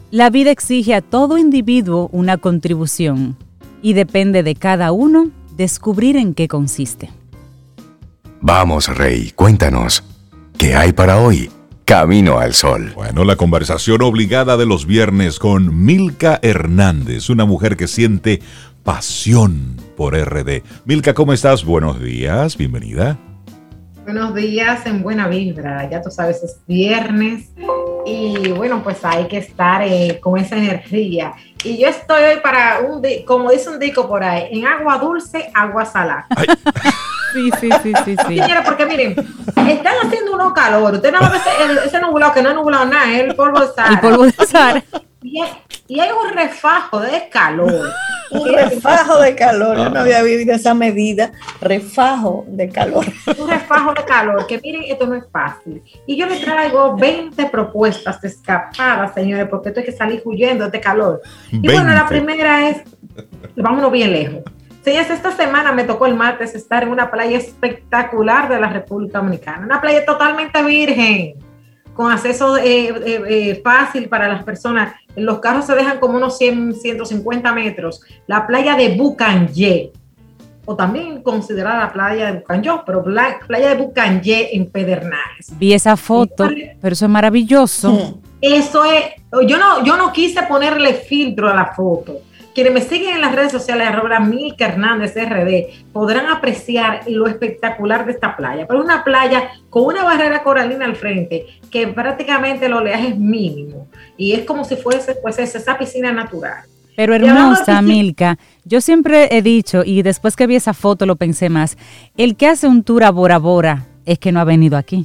La vida exige a todo individuo una contribución y depende de cada uno descubrir en qué consiste. Vamos, Rey, cuéntanos, ¿qué hay para hoy? Camino al Sol. Bueno, la conversación obligada de los viernes con Milka Hernández, una mujer que siente pasión por R D. Milka, ¿cómo estás? Buenos días, bienvenida. Buenos días en buena vibra, ya tú sabes, es viernes y bueno, pues hay que estar eh, con esa energía. Y yo estoy hoy para, un como dice un dico por ahí, en agua dulce, agua salada. Sí, sí, sí, sí, sí. Señora, porque miren, están haciendo unos calor, usted no va a ver ese, ese nublado, que no es nublado nada, es el polvo de Sahara. El polvo de Sahara. Y hay, y hay un refajo de calor. Un refajo de calor, yo no había vivido esa medida, refajo de calor. Un refajo de calor, que miren, esto no es fácil. Y yo les traigo veinte propuestas de escapada, señores, porque esto hay que salir huyendo de este calor. Y veinte. bueno, la primera es, vámonos bien lejos. Señores, esta semana me tocó el martes estar en una playa espectacular de la República Dominicana, una playa totalmente virgen, con acceso eh, eh, eh, fácil para las personas. Los carros se dejan como unos cien, ciento cincuenta metros. La playa de Bucanyé, o también considerada la playa de Bucanyó, pero la playa de Bucanyé en Pedernales. Vi esa foto, pero eso es maravilloso. Eso es, yo no, yo no quise ponerle filtro a la foto. Quienes me siguen en las redes sociales, arroba Milka Hernández R D, podrán apreciar lo espectacular de esta playa. Pero es una playa con una barrera coralina al frente, que prácticamente el oleaje es mínimo. Y es como si fuese pues, esa piscina natural. Pero hermosa, Milka. Yo siempre he dicho, y después que vi esa foto lo pensé más, el que hace un tour a Bora Bora es que no ha venido aquí.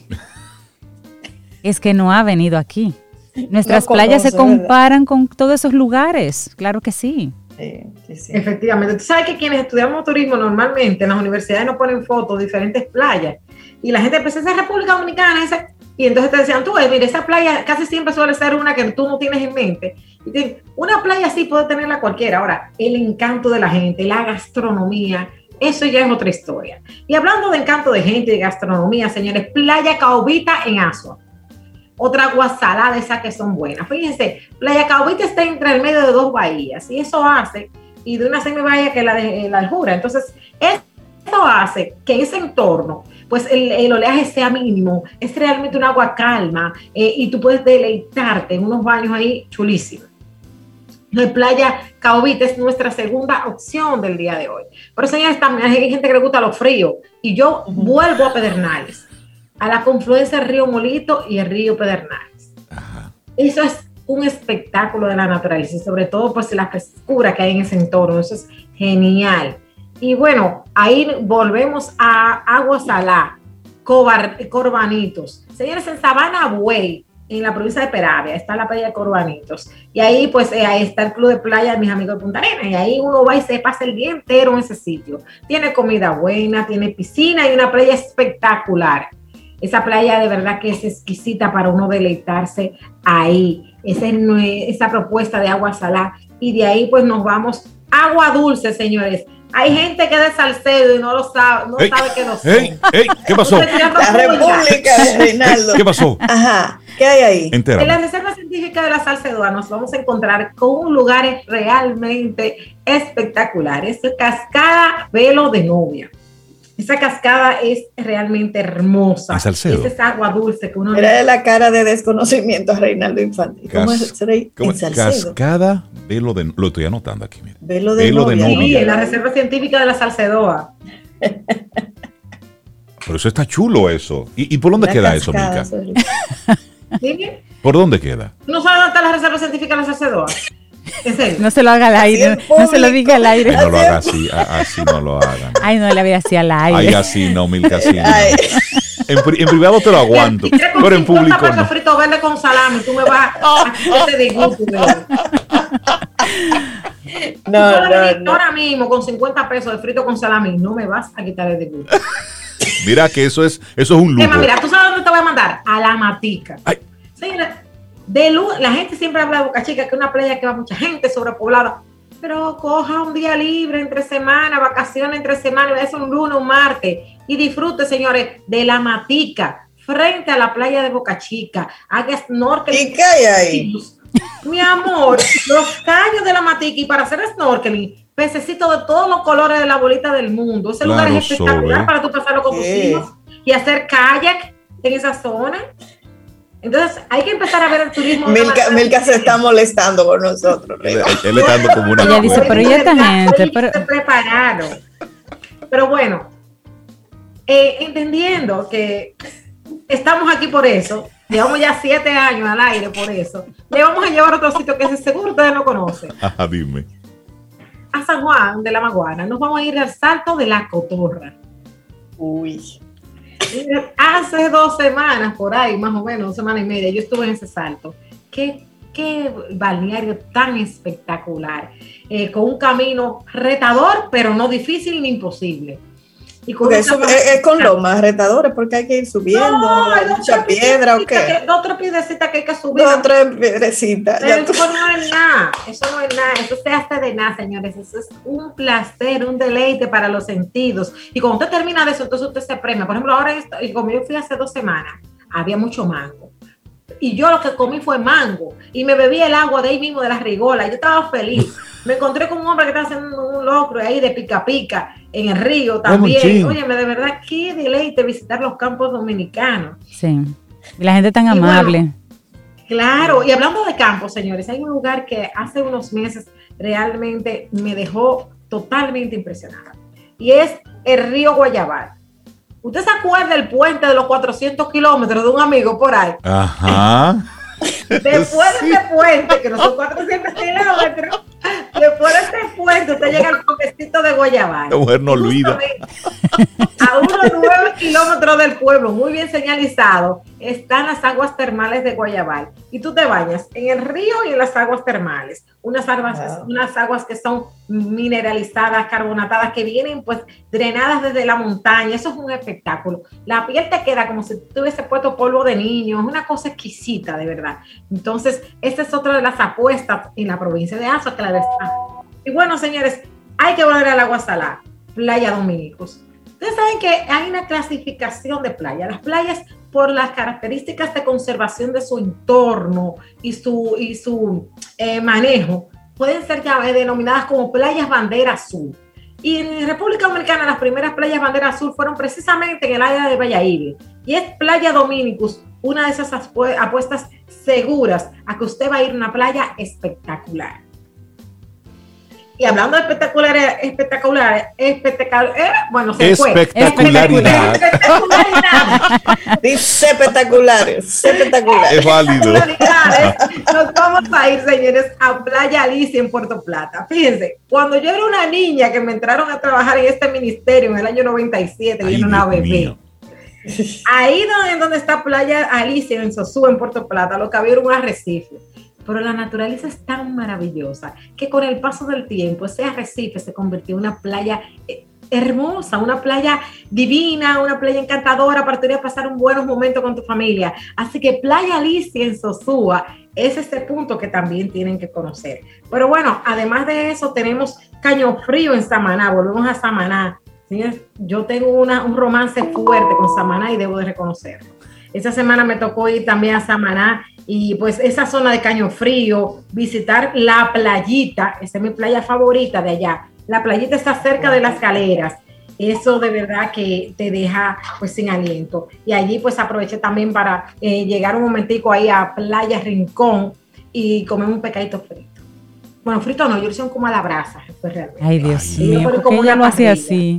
Es que no ha venido aquí. Nuestras no playas conoce, se comparan ¿verdad? Con todos esos lugares, claro que sí. Sí, sí, sí. Efectivamente. Tú sabes que quienes estudiamos turismo normalmente en las universidades nos ponen fotos de diferentes playas y la gente empieza a decir República Dominicana esa, y entonces te decían, tú, eh, mire, esa playa casi siempre suele ser una que tú no tienes en mente. Y te, una playa así puede tenerla cualquiera. Ahora, el encanto de la gente, la gastronomía, eso ya es otra historia. Y hablando de encanto de gente y de gastronomía, señores, Playa Caobita en Asua. Otra agua salada, esas que son buenas. Fíjense, Playa Caobita está entre el medio de dos bahías y eso hace, y de una semibahía que es la de la Aljura. Entonces, esto hace que ese entorno, pues el, el oleaje sea mínimo, es realmente un agua calma eh, y tú puedes deleitarte en unos baños ahí chulísimos. La Playa Caobita es nuestra segunda opción del día de hoy. Pero señores, también hay gente que le gusta lo frío y yo uh-huh. vuelvo a Pedernales, a la confluencia del río Molito y el río Pedernales. Ajá. Eso es un espectáculo de la naturaleza y sobre todo pues la frescura que hay en ese entorno, eso es genial. Y bueno, ahí volvemos a Agua Salá, Cobar, Corbanitos. Señores, en Sabana Buey, en la provincia de Peravia, está la playa de Corbanitos. Y ahí pues eh, ahí está el club de playa de mis amigos de Punta Arenas. Y ahí uno va y se pasa el día entero en ese sitio. Tiene comida buena, tiene piscina y una playa espectacular. Esa playa de verdad que es exquisita para uno deleitarse ahí. Esa, es, esa propuesta de agua salada. Y de ahí pues nos vamos agua dulce, señores. Hay gente que es de Salcedo y no lo sabe, no hey, sabe que lo son. Hey, hey, ¿qué pasó? La República de Reinaldo. ¿Qué pasó? Ajá, ¿qué hay ahí? Entérame. En la Reserva Científica de la Salcedoa nos vamos a encontrar con lugares realmente espectaculares. Cascada Velo de Novia. Esa cascada es realmente hermosa. ¿En Salcedo? Es esa agua dulce que uno... Era de la cara de desconocimiento a Reinaldo Infantil. ¿Cómo Cas- es? ¿Será ¿Cómo? en Salcedo? Cascada Velo de... Lo estoy anotando aquí, mira. Velo de, Velo de novia. Sí, en la Reserva Científica de la Salcedoa. Pero eso está chulo, eso. ¿Y, y por dónde La queda cascada, eso, sorry. ¿Sí? ¿Por dónde queda? ¿No sabes dónde está la Reserva Científica de la Salcedoa? ¿En serio? No se lo haga al aire, no se lo diga al aire. Ay, no lo haga así, a- así no lo hagan. Ay, no le había así al Ay, aire. así no, Milka, así no. Ay. En, pri- en privado te lo aguanto, pero en público pesos no. frito verde con salami, tú me vas a quitar ese disgusto. No, no, no. Ahora mismo con cincuenta pesos de frito con salami, no me vas a quitar el disgusto. Mira que eso es, eso es un lujo. Emma, mira, ¿tú sabes dónde te voy a mandar? A La Matica. Ay. Señora, de luz, la gente siempre habla de Boca Chica, que es una playa que va mucha gente, sobrepoblada. Pero coja un día libre entre semana, vacaciones entre semana, es un lunes, un martes, y disfrute, señores, de La Matica, frente a la playa de Boca Chica. Haga snorkel. ¿Y qué hay ahí? Mi amor, los callos de la Matica y para hacer snorkeling, pececitos de todos los colores de la bolita del mundo. Ese Claro, lugar es espectacular Zoe. para tú pasarlo con tus ¿Qué? hijos y hacer kayak en esa zona. Entonces, hay que empezar a ver el turismo. de una Milka, manera Milka se está molestando con nosotros. Él, Rey. él está dando como una. Ella dice, pero ¿y esta gente? Ellos Pero- se prepararon. Pero bueno, eh, entendiendo que estamos aquí por eso, llevamos ya siete años al aire por eso, le vamos a llevar a otro sitio que seguro ustedes no conocen. Ajá, dime. A San Juan de la Maguana, nos vamos a ir al Salto de la Cotorra. Uy. Hace dos semanas, por ahí, más o menos, dos semanas y media, yo estuve en ese salto. Qué, qué balneario tan espectacular, eh, con un camino retador, pero no difícil ni imposible. Y con Porque una- eso es, es con lomas retadores, porque hay que ir subiendo, No, hay hay dos, mucha tres piedra o piedrecitas qué. que- Dos, tres piedrecitas que hay que subir. Dos o tres piedrecitas. Pero ya tú- eso no es nada, eso no es nada, eso se hace de nada, señores. Eso es un placer, un deleite para los sentidos. Y cuando usted termina de eso, entonces usted se premia. Por ejemplo, ahora, esto- y como yo fui hace dos semanas, había mucho mango. Y yo lo que comí fue mango. Y me bebí el agua de ahí mismo de la rigola. Y yo estaba feliz. Me encontré con un hombre que estaba haciendo un locro ahí de pica pica en el río también. chin. Óyeme, de verdad, qué deleite visitar los campos dominicanos. Sí. Y la gente tan Y bueno, amable. Claro, y hablando de campo, señores, hay un lugar que hace unos meses realmente me dejó totalmente impresionada. Y es el río Guayabal. ¿Usted se acuerda del puente de los cuatrocientos kilómetros de un amigo por ahí? Ajá. Después de ese puente, que no son cuatrocientos kilómetros, después de ese puente usted llega al puentecito de Guayabal. La mujer no Y olvida. justamente a unos nueve kilómetros del pueblo, muy bien señalizado, están las aguas termales de Guayabal. Y tú te bañas en el río y en las aguas termales. Unas aguas, Wow. unas aguas que son mineralizadas, carbonatadas, que vienen pues drenadas desde la montaña. Eso es un espectáculo. La piel te queda como si tú hubiese puesto polvo de niño. Es una cosa exquisita, de verdad. Entonces, esta es otra de las apuestas en la provincia de Azua, que la verdad. Y bueno, señores, hay que volver al agua salada. Playa Dominicus. Ustedes saben que hay una clasificación de playas. Las playas, por las características de conservación de su entorno y su, y su eh, manejo, pueden ser ya denominadas como playas bandera azul. Y en República Dominicana las primeras playas bandera azul fueron precisamente en el área de Valladolid. Y es Playa Dominicus, una de esas apu- apuestas seguras a que usted va a ir a una playa espectacular. Y hablando de espectaculares, espectaculares, espectacular, eh, bueno, se fue. Espectacularidad. Espectacularidad. Dice espectaculares, espectaculares. Es válido. Espectacularidades. Nos vamos a ir, señores, a Playa Alicia en Puerto Plata. Fíjense, cuando yo era una niña que me entraron a trabajar en este ministerio en el año noventa y siete, Ay, yo era una Dios bebé. mío. Ahí donde, donde está Playa Alicia en Sosúa, en Puerto Plata, lo que había era un arrecife. Pero la naturaleza es tan maravillosa que con el paso del tiempo ese arrecife se convirtió en una playa eh, hermosa, una playa divina, una playa encantadora para poder pasar un buenos momentos con tu familia. Así que Playa Alicia en Sosúa es ese punto que también tienen que conocer. Pero bueno, además de eso tenemos Caño Frío en Samaná, volvemos a Samaná. Señores, yo tengo una, un romance fuerte con Samaná y debo de reconocerlo. Esta semana me tocó ir también a Samaná y pues esa zona de Caño Frío, visitar la playita, esa es mi playa favorita de allá. La playita está cerca de las Caleras. Eso de verdad que te deja pues sin aliento. Y allí pues aproveché también para eh, llegar un momentico ahí a Playa Rincón y comer un pescadito frito. Bueno, frito no, yo lo hice como a la brasa. Pues, realmente. Ay, Dios Ay. mío, Yo ¿por como qué ella una lo hace parrilla. así?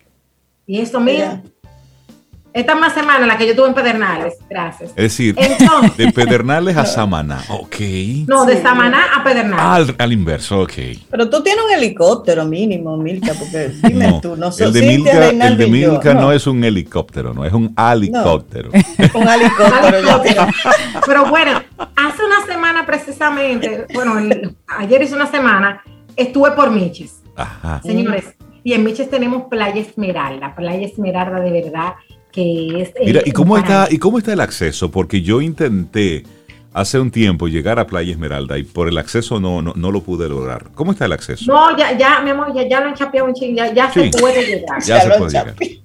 Y esto, mira, esta más semana la que yo tuve en Pedernales. Gracias. Es decir, Entonces, de Pedernales a Samaná. Ok. no, de Samaná a Pedernales. Ah, al, al inverso, ok. Pero tú tienes un helicóptero mínimo, Milka, porque dime No, tú, no el sos de Cintia, Milka, el Reinaldo de y yo, Milka no. es un helicóptero, no, es un helicóptero. un helicóptero. ya te- Pero bueno, hace una semana precisamente, bueno, el- ayer hice una semana, estuve por Miches, Ajá. señores, y en Miches tenemos Playa Esmeralda, Playa Esmeralda de verdad, que es... Mira, eh, ¿y cómo un está, paraíso. ¿y cómo está el acceso? Porque yo intenté hace un tiempo llegar a Playa Esmeralda y por el acceso no, no, no lo pude lograr. ¿Cómo está el acceso? No, ya, ya, mi amor, ya, ya lo han chapeado un ching, ya, ya Sí. se puede llegar. Ya Ya se lo puede llegar. chapi.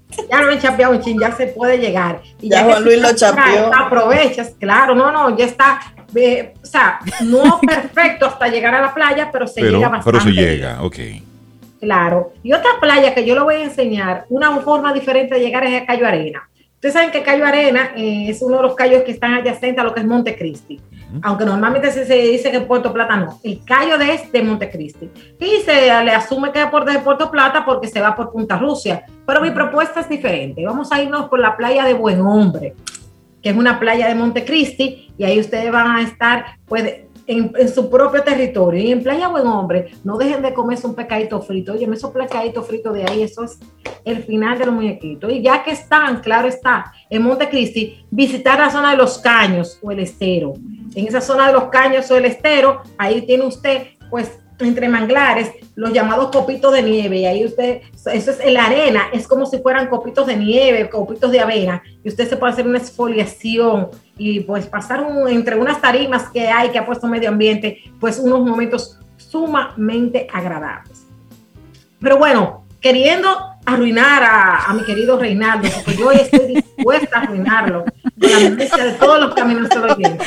Ya lo he chapeado un chin, ya se puede llegar. Y ya, ya Juan Luis lo chapeó. Aprovechas, claro, no, no, ya está. Eh, o sea, no perfecto hasta llegar a la playa, pero se pero, llega bastante. Pero se llega, ok. Claro. Y otra playa que yo le voy a enseñar, una forma diferente de llegar es a Cayo Arena. Ustedes saben que Cayo Arena eh, es uno de los cayos que están adyacentes a lo que es Montecristi. Uh-huh. Aunque normalmente se, se dice que Puerto Plata no. El cayo de es de Montecristi. Y se le asume que es por de Puerto Plata porque se va por Punta Rusia. Pero mi propuesta es diferente. Vamos a irnos por la playa de Buen Hombre, que es una playa de Montecristi, y ahí ustedes van a estar pues en, en su propio territorio. Y en Playa Buen Hombre, no dejen de comerse un pescadito frito. Oye, esos pescaditos fritos de ahí, eso es el final de los muñequitos. Y ya que están, claro está, en Montecristi, visitar la zona de los Caños o el Estero. En esa zona de los Caños o el Estero, ahí tiene usted, pues, entre manglares, los llamados copitos de nieve, y ahí usted, eso es la arena, es como si fueran copitos de nieve, copitos de avena, y usted se puede hacer una exfoliación y pues pasar un, entre unas tarimas que hay que ha puesto Medio Ambiente, pues unos momentos sumamente agradables. Pero bueno, queriendo arruinar a, a mi querido Reinaldo, porque yo estoy dispuesta a arruinarlo con la noticia de todos los caminos que lo tienen.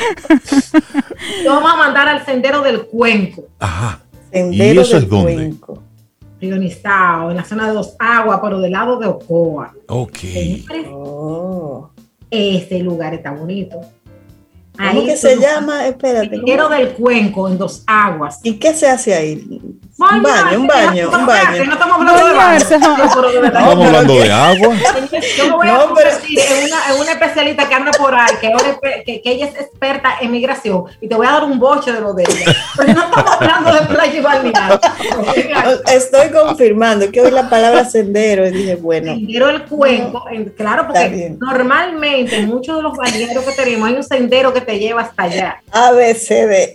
Yo vamos a mandar al Sendero del Cuenco. Ajá. Sendero ¿Y eso del es dónde? Cuenco. Rionizao, en la zona de Dos Aguas, pero del lado de Ocoa. Ok. Señores, Oh. ese lugar está bonito. ¿Cómo que se llama? Espérate. Sendero del Cuenco, en Dos Aguas. ¿Y qué se hace ahí? Baño, Un baño, un baño, un baño. No estamos hablando de baño. Estamos hablando de agua. Yo me voy No, a pero- convertir en una, en una especialista que anda por ahí, que, ahora es- que, que ella es experta en migración, y te voy a dar un boche de lo de ella. Pero no estamos hablando de playa y balneario. Estoy confirmando que hoy la palabra sendero y dije, bueno, Sendero del Cuenco, en- claro, Está porque bien. normalmente en muchos de los balnearios que tenemos hay un sendero que te lleva hasta allá. A B C D.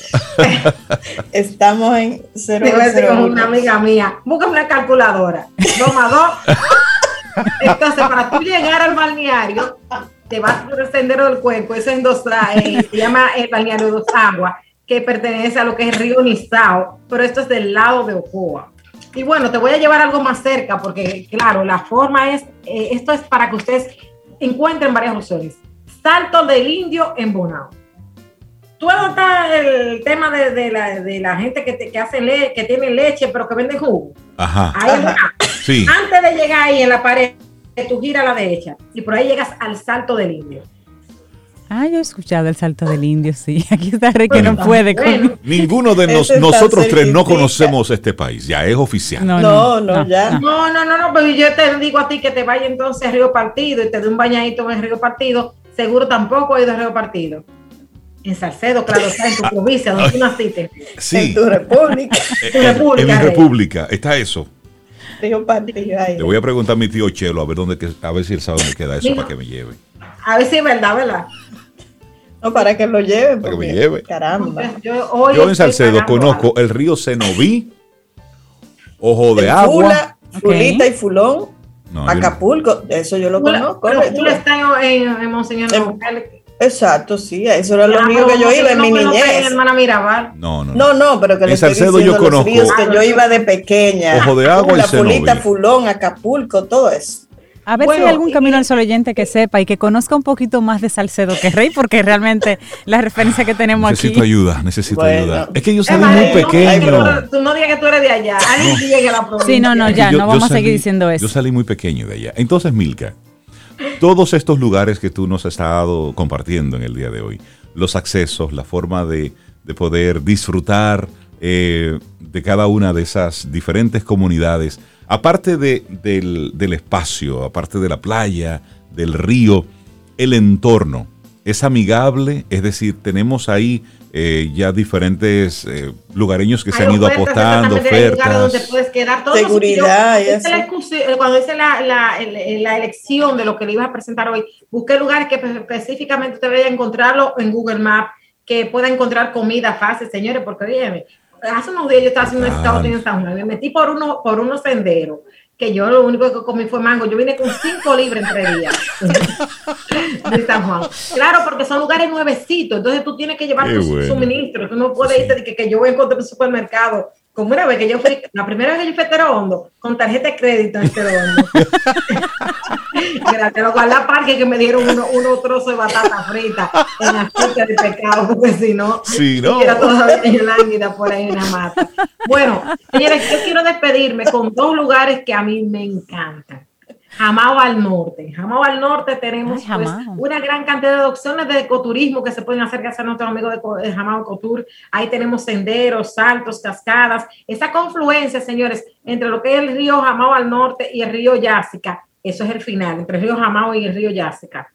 Estamos en cero Te voy a decir cero como uno. una amiga mía, búscame una calculadora. Dos más dos. Entonces, para tú llegar al balneario, te vas por el Sendero del Cuenco, eso es en Dos, eh, se llama el balneario Dos Aguas, que pertenece a lo que es Río Nizao, pero esto es del lado de Ocoa. Y bueno, te voy a llevar algo más cerca, porque claro, la forma es, eh, esto es para que ustedes encuentren varias opciones. Salto del Indio en Bonao. Tú está el tema de, de, la, de la gente que, te, que hace le, que tiene leche, pero que vende jugo. Ajá. Ahí está. Sí. Antes de llegar ahí en la pared, tú giras a la derecha y por ahí llegas al Salto del Indio. Ah, yo he escuchado el Salto del Indio, sí. Aquí está Rey que no Bueno, puede bueno. con... Ninguno de nos, Ese está nosotros tres no cerquita. conocemos este país, ya es oficial. No, No, no, ya. No, no, no, no, pero yo te digo a ti que te vaya entonces a Río Partido y te dé un bañadito en Río Partido, seguro tampoco he ido a Río Partido. En Salcedo, claro, está en tu provincia, donde tú naciste. Sí, En tu república. Tu en, república, en mi Rey. república está eso. Río Partido ahí. Le voy a preguntar a mi tío Chelo a ver dónde que- a ver si él sabe dónde queda eso Mira. para que me lleve. A ver si es verdad, ¿verdad? No, para que lo lleven. Para que me porque, lleve. Caramba. Yo, hoy Yo en estoy Salcedo pagando conozco el río Cenoví, Ojo de El Agua. Fula, Ok. Fulita y Fulón, No, yo- Acapulco, eso yo lo Fula, conozco. pero ¿ves tú? Fula está en, en, en Monseñor En- Nogales. Exacto, sí, eso era lo Ah, único que yo Monseñor iba en mi Nogales no está en niñez. Hermana Mirabal. no, no, No, no, pero que En le estoy Salcedo yo diciendo los conozco- ríos que yo iba de pequeña. Ojo de Agua y La Fulita, Cenoví. Fulón, Acapulco, todo eso. A ver Bueno, si hay algún y- camino al sol oyente que sepa y que conozca un poquito más de Salcedo que Rey, porque realmente la referencia que tenemos necesito aquí. ayuda, necesito Bueno. ayuda. Es que yo salí Emma, muy no digas que pequeño. tú- Tú no digas que tú eres de allá. Alguien que llegue a la provincia. Sí, no, no, ya, Yo- no yo vamos a salí- seguir diciendo eso. Yo salí muy pequeño de allá. Entonces, Milka, todos estos lugares que tú nos has estado compartiendo en el día de hoy, los accesos, la forma de, de poder disfrutar eh, de cada una de esas diferentes comunidades, aparte de, del, del espacio, aparte de la playa, del río, el entorno es amigable, es decir, tenemos ahí eh, ya diferentes eh, lugareños que se Hay han ido ofertas, apostando, exactamente, hay lugares donde ofertas. puedes quedar. Todos los Seguridad y sitios. Hice eso. la excusi- Cuando hice la, la, el- la elección de lo que le iba a presentar hoy, busqué lugares que pues, específicamente usted vaya a encontrarlo en Google Maps, que pueda encontrar comida fácil, señores, porque oye, hace unos días yo estaba haciendo un Ah. scouting en San Juan, me metí por uno, por unos senderos, que yo lo único que comí fue mango. Yo vine con cinco libras entre días de San Juan. Claro, porque son lugares nuevecitos, entonces tú tienes que llevar Qué tus bueno. suministros. Tú no puedes irte de que, que yo voy a encontrar un supermercado Como una vez que yo fui, la primera vez que yo fui a Estero Hondo, con tarjeta de crédito en Estero Hondo. Gracias, los guardaparques que me dieron unos uno trozos de batata frita en la fiesta de pecado, porque si no, sí, no. era todavía en lánguida por ahí en la mata. Bueno, señores, yo quiero despedirme con dos lugares que a mí me encantan. Jamao al norte. Jamao al norte tenemos Ay, pues, una gran cantidad de opciones de ecoturismo que se pueden hacer gracias a nuestros amigos de, de Jamao Ecotour. Ahí tenemos senderos, saltos, cascadas. Esa confluencia, señores, entre lo que es el río Jamao al norte y el río Yásica. Eso es el final, entre el río Jamao y el río Yásica.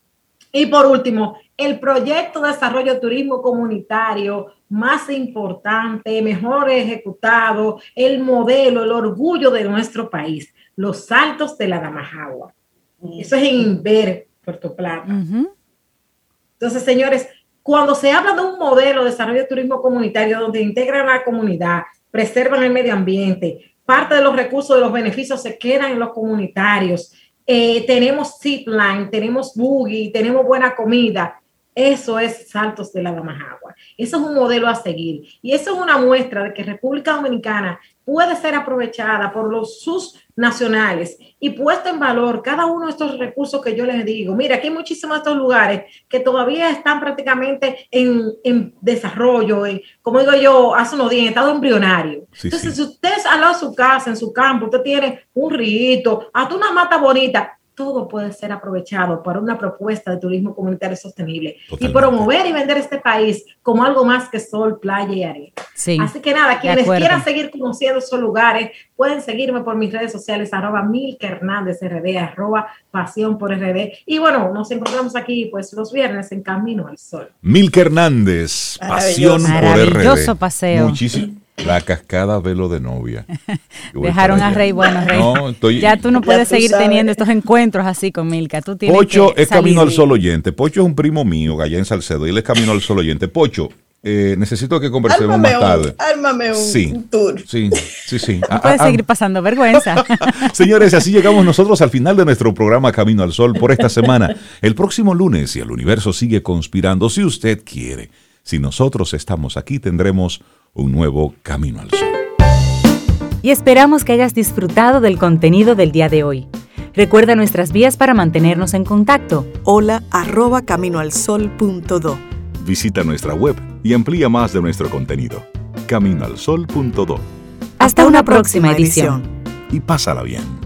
Y por último, el proyecto de desarrollo de turismo comunitario más importante, mejor ejecutado, el modelo, el orgullo de nuestro país. Los Saltos de la Damajagua. Eso es en Inver, Puerto Plata. Uh-huh. Entonces, señores, cuando se habla de un modelo de desarrollo de turismo comunitario donde integran a la comunidad, preservan el medio ambiente, parte de los recursos de los beneficios se quedan en los comunitarios, eh, tenemos zipline, tenemos buggy, tenemos buena comida. Eso es Saltos de la Damajagua. Eso es un modelo a seguir. Y eso es una muestra de que República Dominicana puede ser aprovechada por los sus nacionales y puesto en valor cada uno de estos recursos que yo les digo. Mira, aquí hay muchísimos de estos lugares que todavía están prácticamente en, en desarrollo, en, como digo yo, hace unos días, en estado embrionario. Sí, Entonces, sí. si usted al lado de su casa, en su campo, usted tiene un río, hasta una mata bonita, todo puede ser aprovechado para una propuesta de turismo comunitario sostenible. Totalmente. Y promover y vender este país como algo más que sol, playa y arena. Sí, así que nada, quienes quieran seguir conociendo esos lugares, pueden seguirme por mis redes sociales, arroba Milka Hernández R D, arroba Pasión por R D. Y bueno, nos encontramos aquí pues los viernes en Camino al Sol. Milka Hernández, Pasión por R D. Maravilloso paseo. Muchísimo. La cascada Velo de Novia. Dejaron a Rey, bueno, Rey. No, estoy, ya tú no puedes tú seguir sabes. teniendo estos encuentros así con Milka. Tú tienes Pocho que es salir. Camino al Sol oyente. Pocho es un primo mío allá en Salcedo y él es Camino al Sol oyente. Pocho, eh, necesito que conversemos ármame más tarde. Un, ármame un, sí, un tour. Sí, sí, sí. No puedes ah, seguir ah, pasando vergüenza. Señores, así llegamos nosotros al final de nuestro programa Camino al Sol por esta semana. El próximo lunes, si el universo sigue conspirando, si usted quiere, si nosotros estamos aquí, tendremos un nuevo Camino al Sol. Y esperamos que hayas disfrutado del contenido del día de hoy. Recuerda nuestras vías para mantenernos en contacto. Hola arroba caminoalsol punto do. Visita nuestra web y amplía más de nuestro contenido. caminoalsol punto do. Hasta, Hasta una, una próxima edición. Y pásala bien.